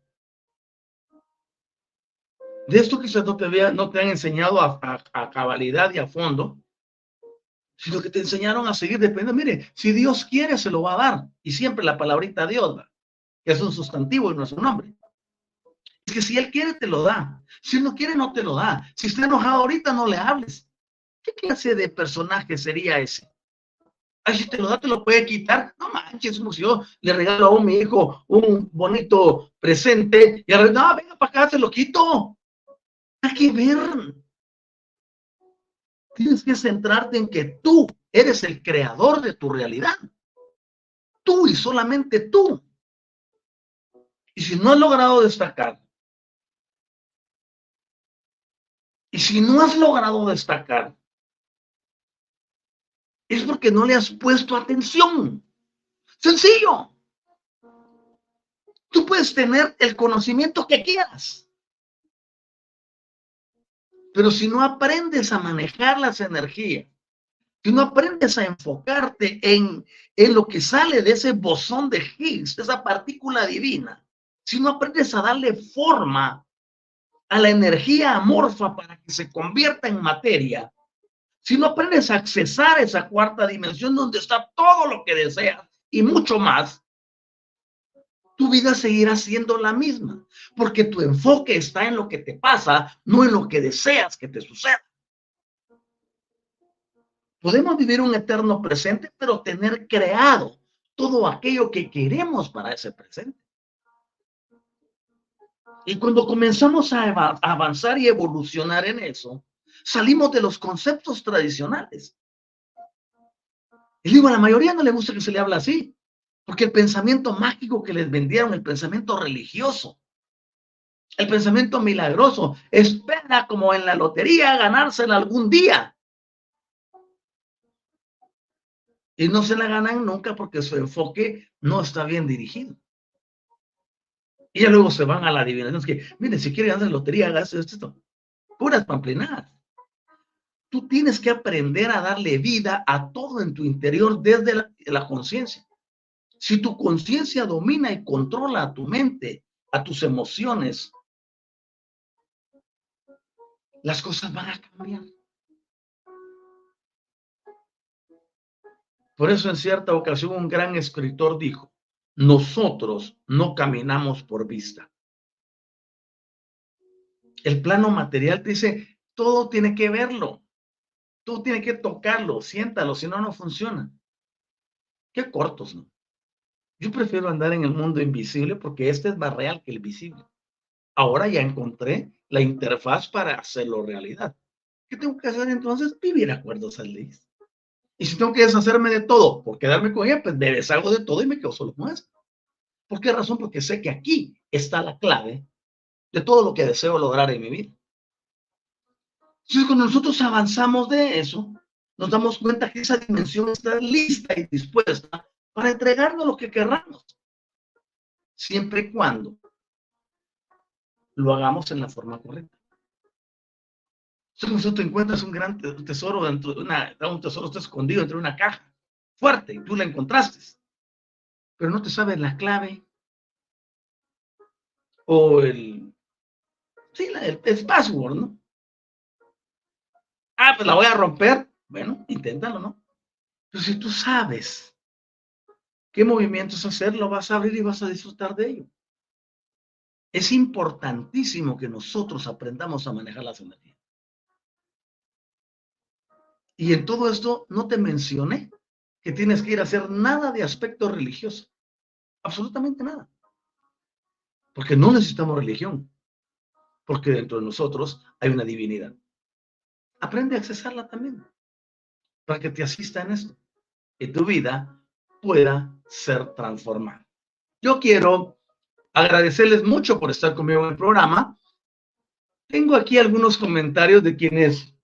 De esto quizás no te, vea, no te han enseñado a, a, a cabalidad y a fondo, sino que te enseñaron a seguir dependiendo. Mire, si Dios quiere, se lo va a dar. Y siempre la palabrita Dios, ¿va? Que es un sustantivo y no es un nombre. Es que si Él quiere, te lo da. Si Él no quiere, no te lo da. Si está enojado ahorita, no le hables. ¿Qué clase de personaje sería ese? Ay, si te lo da, te lo puede quitar. No manches, como si yo le regalo a mi hijo un bonito presente y ahora, no, venga para acá, te lo quito. Hay que ver. Tienes que centrarte en que tú eres el creador de tu realidad. Tú y solamente tú. Y si no has logrado destacar, y si no has logrado destacar, es porque no le has puesto atención. Sencillo. Tú puedes tener el conocimiento que quieras, pero si no aprendes a manejar las energías, si no aprendes a enfocarte en, en lo que sale de ese bosón de Higgs, de esa partícula divina, si no aprendes a darle forma a la energía amorfa para que se convierta en materia, si no aprendes a accesar esa cuarta dimensión donde está todo lo que deseas y mucho más, tu vida seguirá siendo la misma, porque tu enfoque está en lo que te pasa, no en lo que deseas que te suceda. Podemos vivir un eterno presente, pero tener creado todo aquello que queremos para ese presente. Y cuando comenzamos a avanzar y evolucionar en eso, salimos de los conceptos tradicionales. Y digo, a la mayoría no le gusta que se le hable así, porque el pensamiento mágico que les vendieron, el pensamiento religioso, el pensamiento milagroso, espera como en la lotería ganársela algún día. Y no se la ganan nunca porque su enfoque no está bien dirigido. Y ya luego se van a la adivinación. Es que, miren, si quiere ganar la lotería, hagas esto, esto. Puras pamplinadas. Tú tienes que aprender a darle vida a todo en tu interior desde la, la conciencia. Si tu conciencia domina y controla a tu mente, a tus emociones, las cosas van a cambiar. Por eso en cierta ocasión un gran escritor dijo, nosotros no caminamos por vista. El plano material te dice, todo tiene que verlo, tú tienes que tocarlo, siéntalo, si no, no funciona. Qué cortos, ¿no? Yo prefiero andar en el mundo invisible porque este es más real que el visible. Ahora ya encontré la interfaz para hacerlo realidad. ¿Qué tengo que hacer entonces? Vivir acuerdos a leyes. Y si tengo que deshacerme de todo por quedarme con ella, pues me deshago de todo y me quedo solo con eso. ¿Por qué razón? Porque sé que aquí está la clave de todo lo que deseo lograr en mi vida. Entonces, cuando nosotros avanzamos de eso, nos damos cuenta que esa dimensión está lista y dispuesta para entregarnos lo que querramos, siempre y cuando lo hagamos en la forma correcta. Entonces, tú encuentras un gran tesoro dentro de una, un tesoro está escondido dentro de una caja fuerte y tú la encontraste, pero no te sabes la clave o el, sí, la, el, el password, ¿no? Ah, pues la voy a romper. Bueno, inténtalo, ¿no? Pero si tú sabes qué movimientos hacer, lo vas a abrir y vas a disfrutar de ello. Es importantísimo que nosotros aprendamos a manejar las energías. Y en todo esto no te mencioné que tienes que ir a hacer nada de aspecto religioso. Absolutamente nada. Porque no necesitamos religión. Porque dentro de nosotros hay una divinidad. Aprende a accesarla también. Para que te asista en esto. Y tu vida pueda ser transformada. Yo quiero agradecerles mucho por estar conmigo en el programa. Tengo aquí algunos comentarios de quienes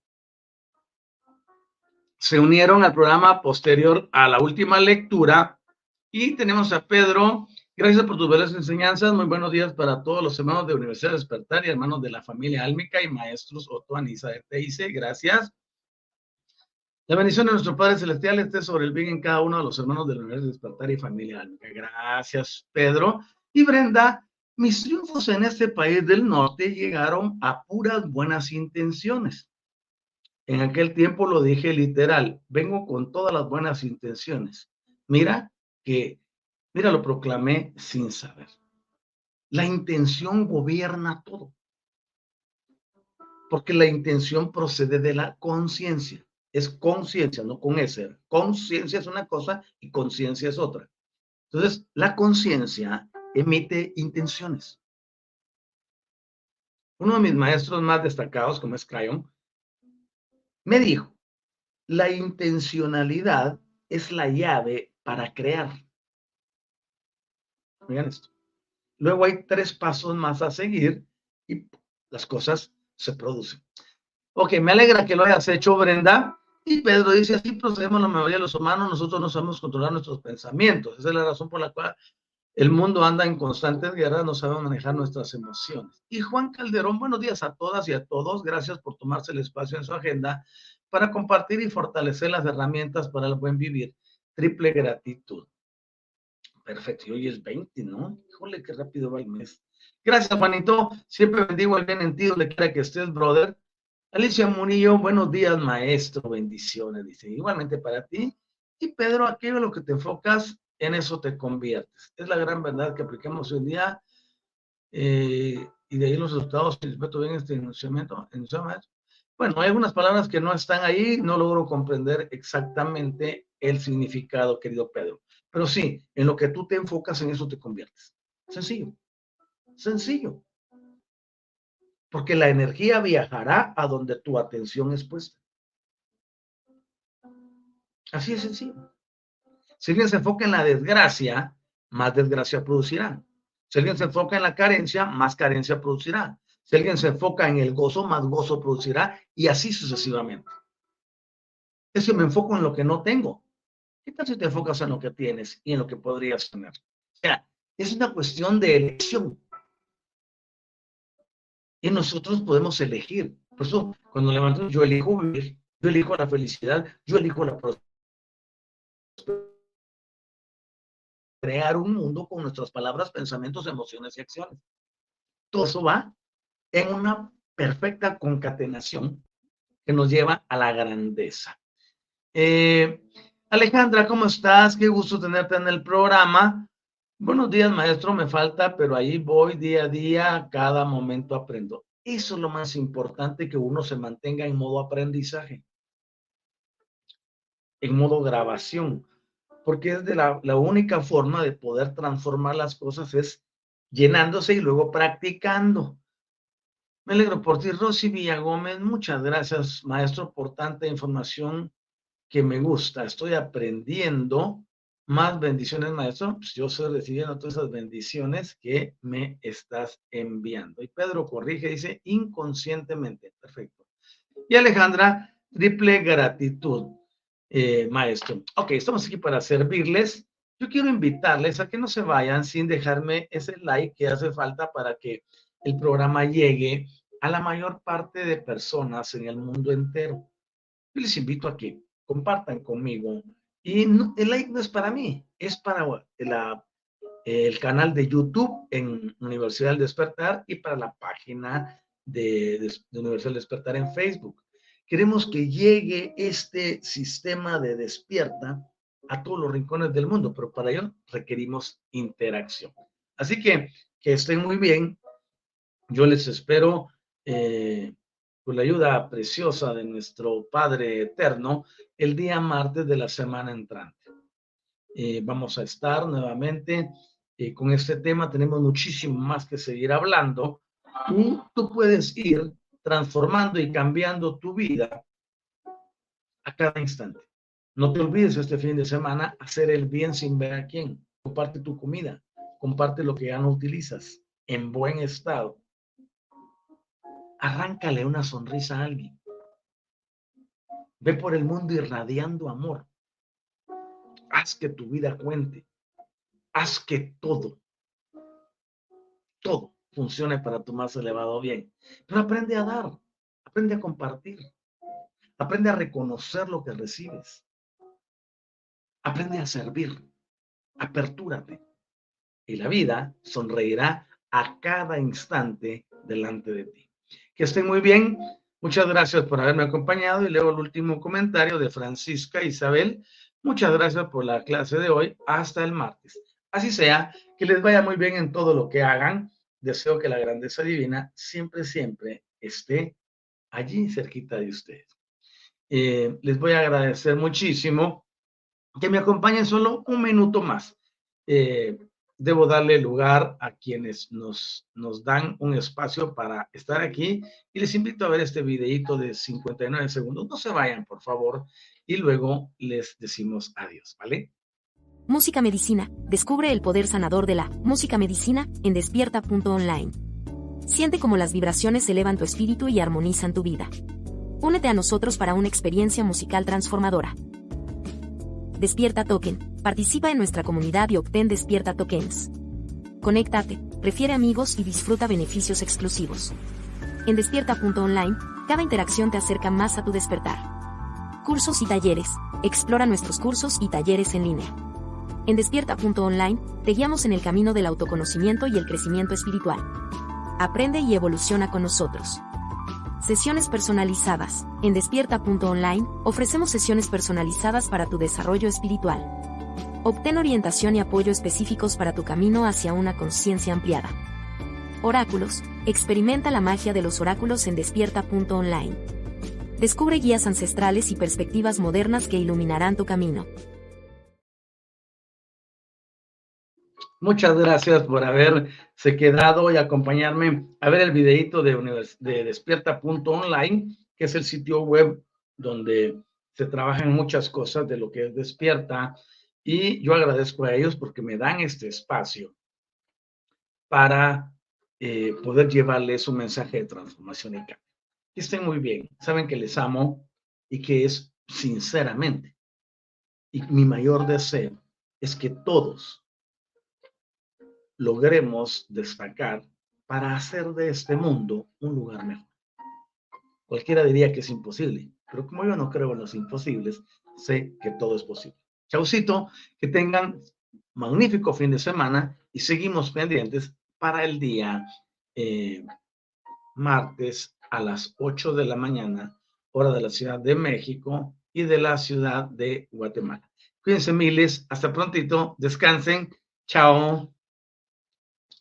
se unieron al programa posterior a la última lectura. Y tenemos a Pedro. Gracias por tus bellas enseñanzas. Muy buenos días para todos los hermanos de Universidad Despertar y hermanos de la familia álmica y maestros Otto, Anisa, te dice, gracias. La bendición de nuestro Padre Celestial esté sobre el bien en cada uno de los hermanos de la Universidad Despertar y familia álmica. Gracias, Pedro. Y Brenda, mis triunfos en este país del norte llegaron a puras buenas intenciones. En aquel tiempo lo dije literal, vengo con todas las buenas intenciones. Mira que, mira, lo proclamé sin saber. La intención gobierna todo. Porque la intención procede de la conciencia. Es conciencia, no con ese. Conciencia es una cosa y conciencia es otra. Entonces, la conciencia emite intenciones. Uno de mis maestros más destacados, como es Crayon, me dijo, la intencionalidad es la llave para crear. Miren esto. Luego hay tres pasos más a seguir y las cosas se producen. Ok, me alegra que lo hayas hecho, Brenda. Y Pedro dice, así procedemos la mayoría de los humanos, nosotros no sabemos controlar nuestros pensamientos. Esa es la razón por la cual el mundo anda en constantes guerras, no sabemos manejar nuestras emociones. Y Juan Calderón, buenos días a todas y a todos. Gracias por tomarse el espacio en su agenda para compartir y fortalecer las herramientas para el buen vivir. Triple gratitud. Perfecto, y hoy es veinte, ¿no? Híjole, qué rápido va el mes. Gracias, Juanito. Siempre bendigo el bien en ti, donde quiera que estés, brother. Alicia Murillo, buenos días, maestro. Bendiciones, dice. Igualmente para ti. Y Pedro, aquello en lo que te enfocas, en eso te conviertes. Es la gran verdad que aplicamos hoy en día. Eh, y de ahí los resultados, si respeto bien este enunciamiento. Bueno, hay algunas palabras que no están ahí, no logro comprender exactamente el significado, querido Pedro. Pero sí, en lo que tú te enfocas, en eso te conviertes. Sencillo. Sencillo. Porque la energía viajará a donde tu atención es puesta. Así es sencillo. Si alguien se enfoca en la desgracia, más desgracia producirá. Si alguien se enfoca en la carencia, más carencia producirá. Si alguien se enfoca en el gozo, más gozo producirá, y así sucesivamente. Es que me enfoco en lo que no tengo. ¿Qué tal si te enfocas en lo que tienes y en lo que podrías tener? O sea, es una cuestión de elección. Y nosotros podemos elegir. Por eso, cuando levantamos, yo elijo vivir, yo elijo la felicidad, yo elijo la prosperidad. Crear un mundo con nuestras palabras, pensamientos, emociones y acciones. Todo eso va en una perfecta concatenación que nos lleva a la grandeza. Eh, Alejandra, ¿cómo estás? Qué gusto tenerte en el programa. Buenos días, maestro, me falta, pero ahí voy día a día, cada momento aprendo. Eso es lo más importante, que uno se mantenga en modo aprendizaje, en modo grabación, porque es de la, la única forma de poder transformar las cosas es llenándose y luego practicando. Me alegro por ti, Rosy Villagómez. Muchas gracias, maestro, por tanta información que me gusta. Estoy aprendiendo. Más bendiciones, maestro. Pues yo estoy recibiendo todas esas bendiciones que me estás enviando. Y Pedro corrige, dice inconscientemente. Perfecto. Y Alejandra, triple gratitud, eh, maestro. Ok, estamos aquí para servirles. Yo quiero invitarles a que no se vayan sin dejarme ese like que hace falta para que el programa llegue a la mayor parte de personas en el mundo entero. Yo les invito a que compartan conmigo. Y no, el like no es para mí, es para la, el canal de YouTube en Universidad del Despertar y para la página de, de, de Universidad del Despertar en Facebook. Queremos que llegue este sistema de Despierta a todos los rincones del mundo, pero para ello requerimos interacción. Así que, que estén muy bien. Yo les espero eh, con la ayuda preciosa de nuestro Padre Eterno el día martes de la semana entrante. Eh, vamos a estar nuevamente eh, con este tema. Tenemos muchísimo más que seguir hablando y tú puedes ir transformando y cambiando tu vida a cada instante. No te olvides este fin de semana hacer el bien sin ver a quién. Comparte tu comida, comparte lo que ya no utilizas en buen estado. Arráncale una sonrisa a alguien. Ve por el mundo irradiando amor. Haz que tu vida cuente. Haz que todo, todo funcione para tu más elevado bien. Pero aprende a dar, aprende a compartir, aprende a reconocer lo que recibes. Aprende a servir, apertúrate. Y la vida sonreirá a cada instante delante de ti. Que estén muy bien. Muchas gracias por haberme acompañado y leo el último comentario de Francisca Isabel. Muchas gracias por la clase de hoy. Hasta el martes. Así sea, que les vaya muy bien en todo lo que hagan. Deseo que la grandeza divina siempre, siempre esté allí cerquita de ustedes. Eh, les voy a agradecer muchísimo que me acompañen solo un minuto más. Eh, debo darle lugar a quienes nos, nos dan un espacio para estar aquí y les invito a ver este videíto de cincuenta y nueve segundos. No se vayan, por favor, y luego les decimos adiós, ¿vale?
Música Medicina. Descubre el poder sanador de la música medicina en despierta punto online. Siente cómo las vibraciones elevan tu espíritu y armonizan tu vida. Únete a nosotros para una experiencia musical transformadora. Despierta Token. Participa en nuestra comunidad y obtén Despierta Tokens. Conéctate, prefiere amigos y disfruta beneficios exclusivos. En despierta punto online, cada interacción te acerca más a tu despertar. Cursos y talleres. Explora nuestros cursos y talleres en línea. En despierta punto online, te guiamos en el camino del autoconocimiento y el crecimiento espiritual. Aprende y evoluciona con nosotros. Sesiones personalizadas. En despierta punto online, ofrecemos sesiones personalizadas para tu desarrollo espiritual. Obtén orientación y apoyo específicos para tu camino hacia una conciencia ampliada. Oráculos. Experimenta la magia de los oráculos en despierta punto online. Descubre guías ancestrales y perspectivas modernas que iluminarán tu camino.
Muchas gracias por haberse quedado y acompañarme a ver el videíto de, univers- de despierta punto online, que es el sitio web donde se trabajan muchas cosas de lo que es Despierta. Y yo agradezco a ellos porque me dan este espacio para eh, poder llevarles un mensaje de transformación y cambio. Que estén muy bien, saben que les amo y que es sinceramente. Y mi mayor deseo es que todos logremos destacar para hacer de este mundo un lugar mejor. Cualquiera diría que es imposible, pero como yo no creo en los imposibles, sé que todo es posible. Chaucito, que tengan magnífico fin de semana y seguimos pendientes para el día eh, martes a las ocho de la mañana, hora de la Ciudad de México y de la Ciudad de Guatemala. Cuídense miles, hasta prontito, descansen, chao.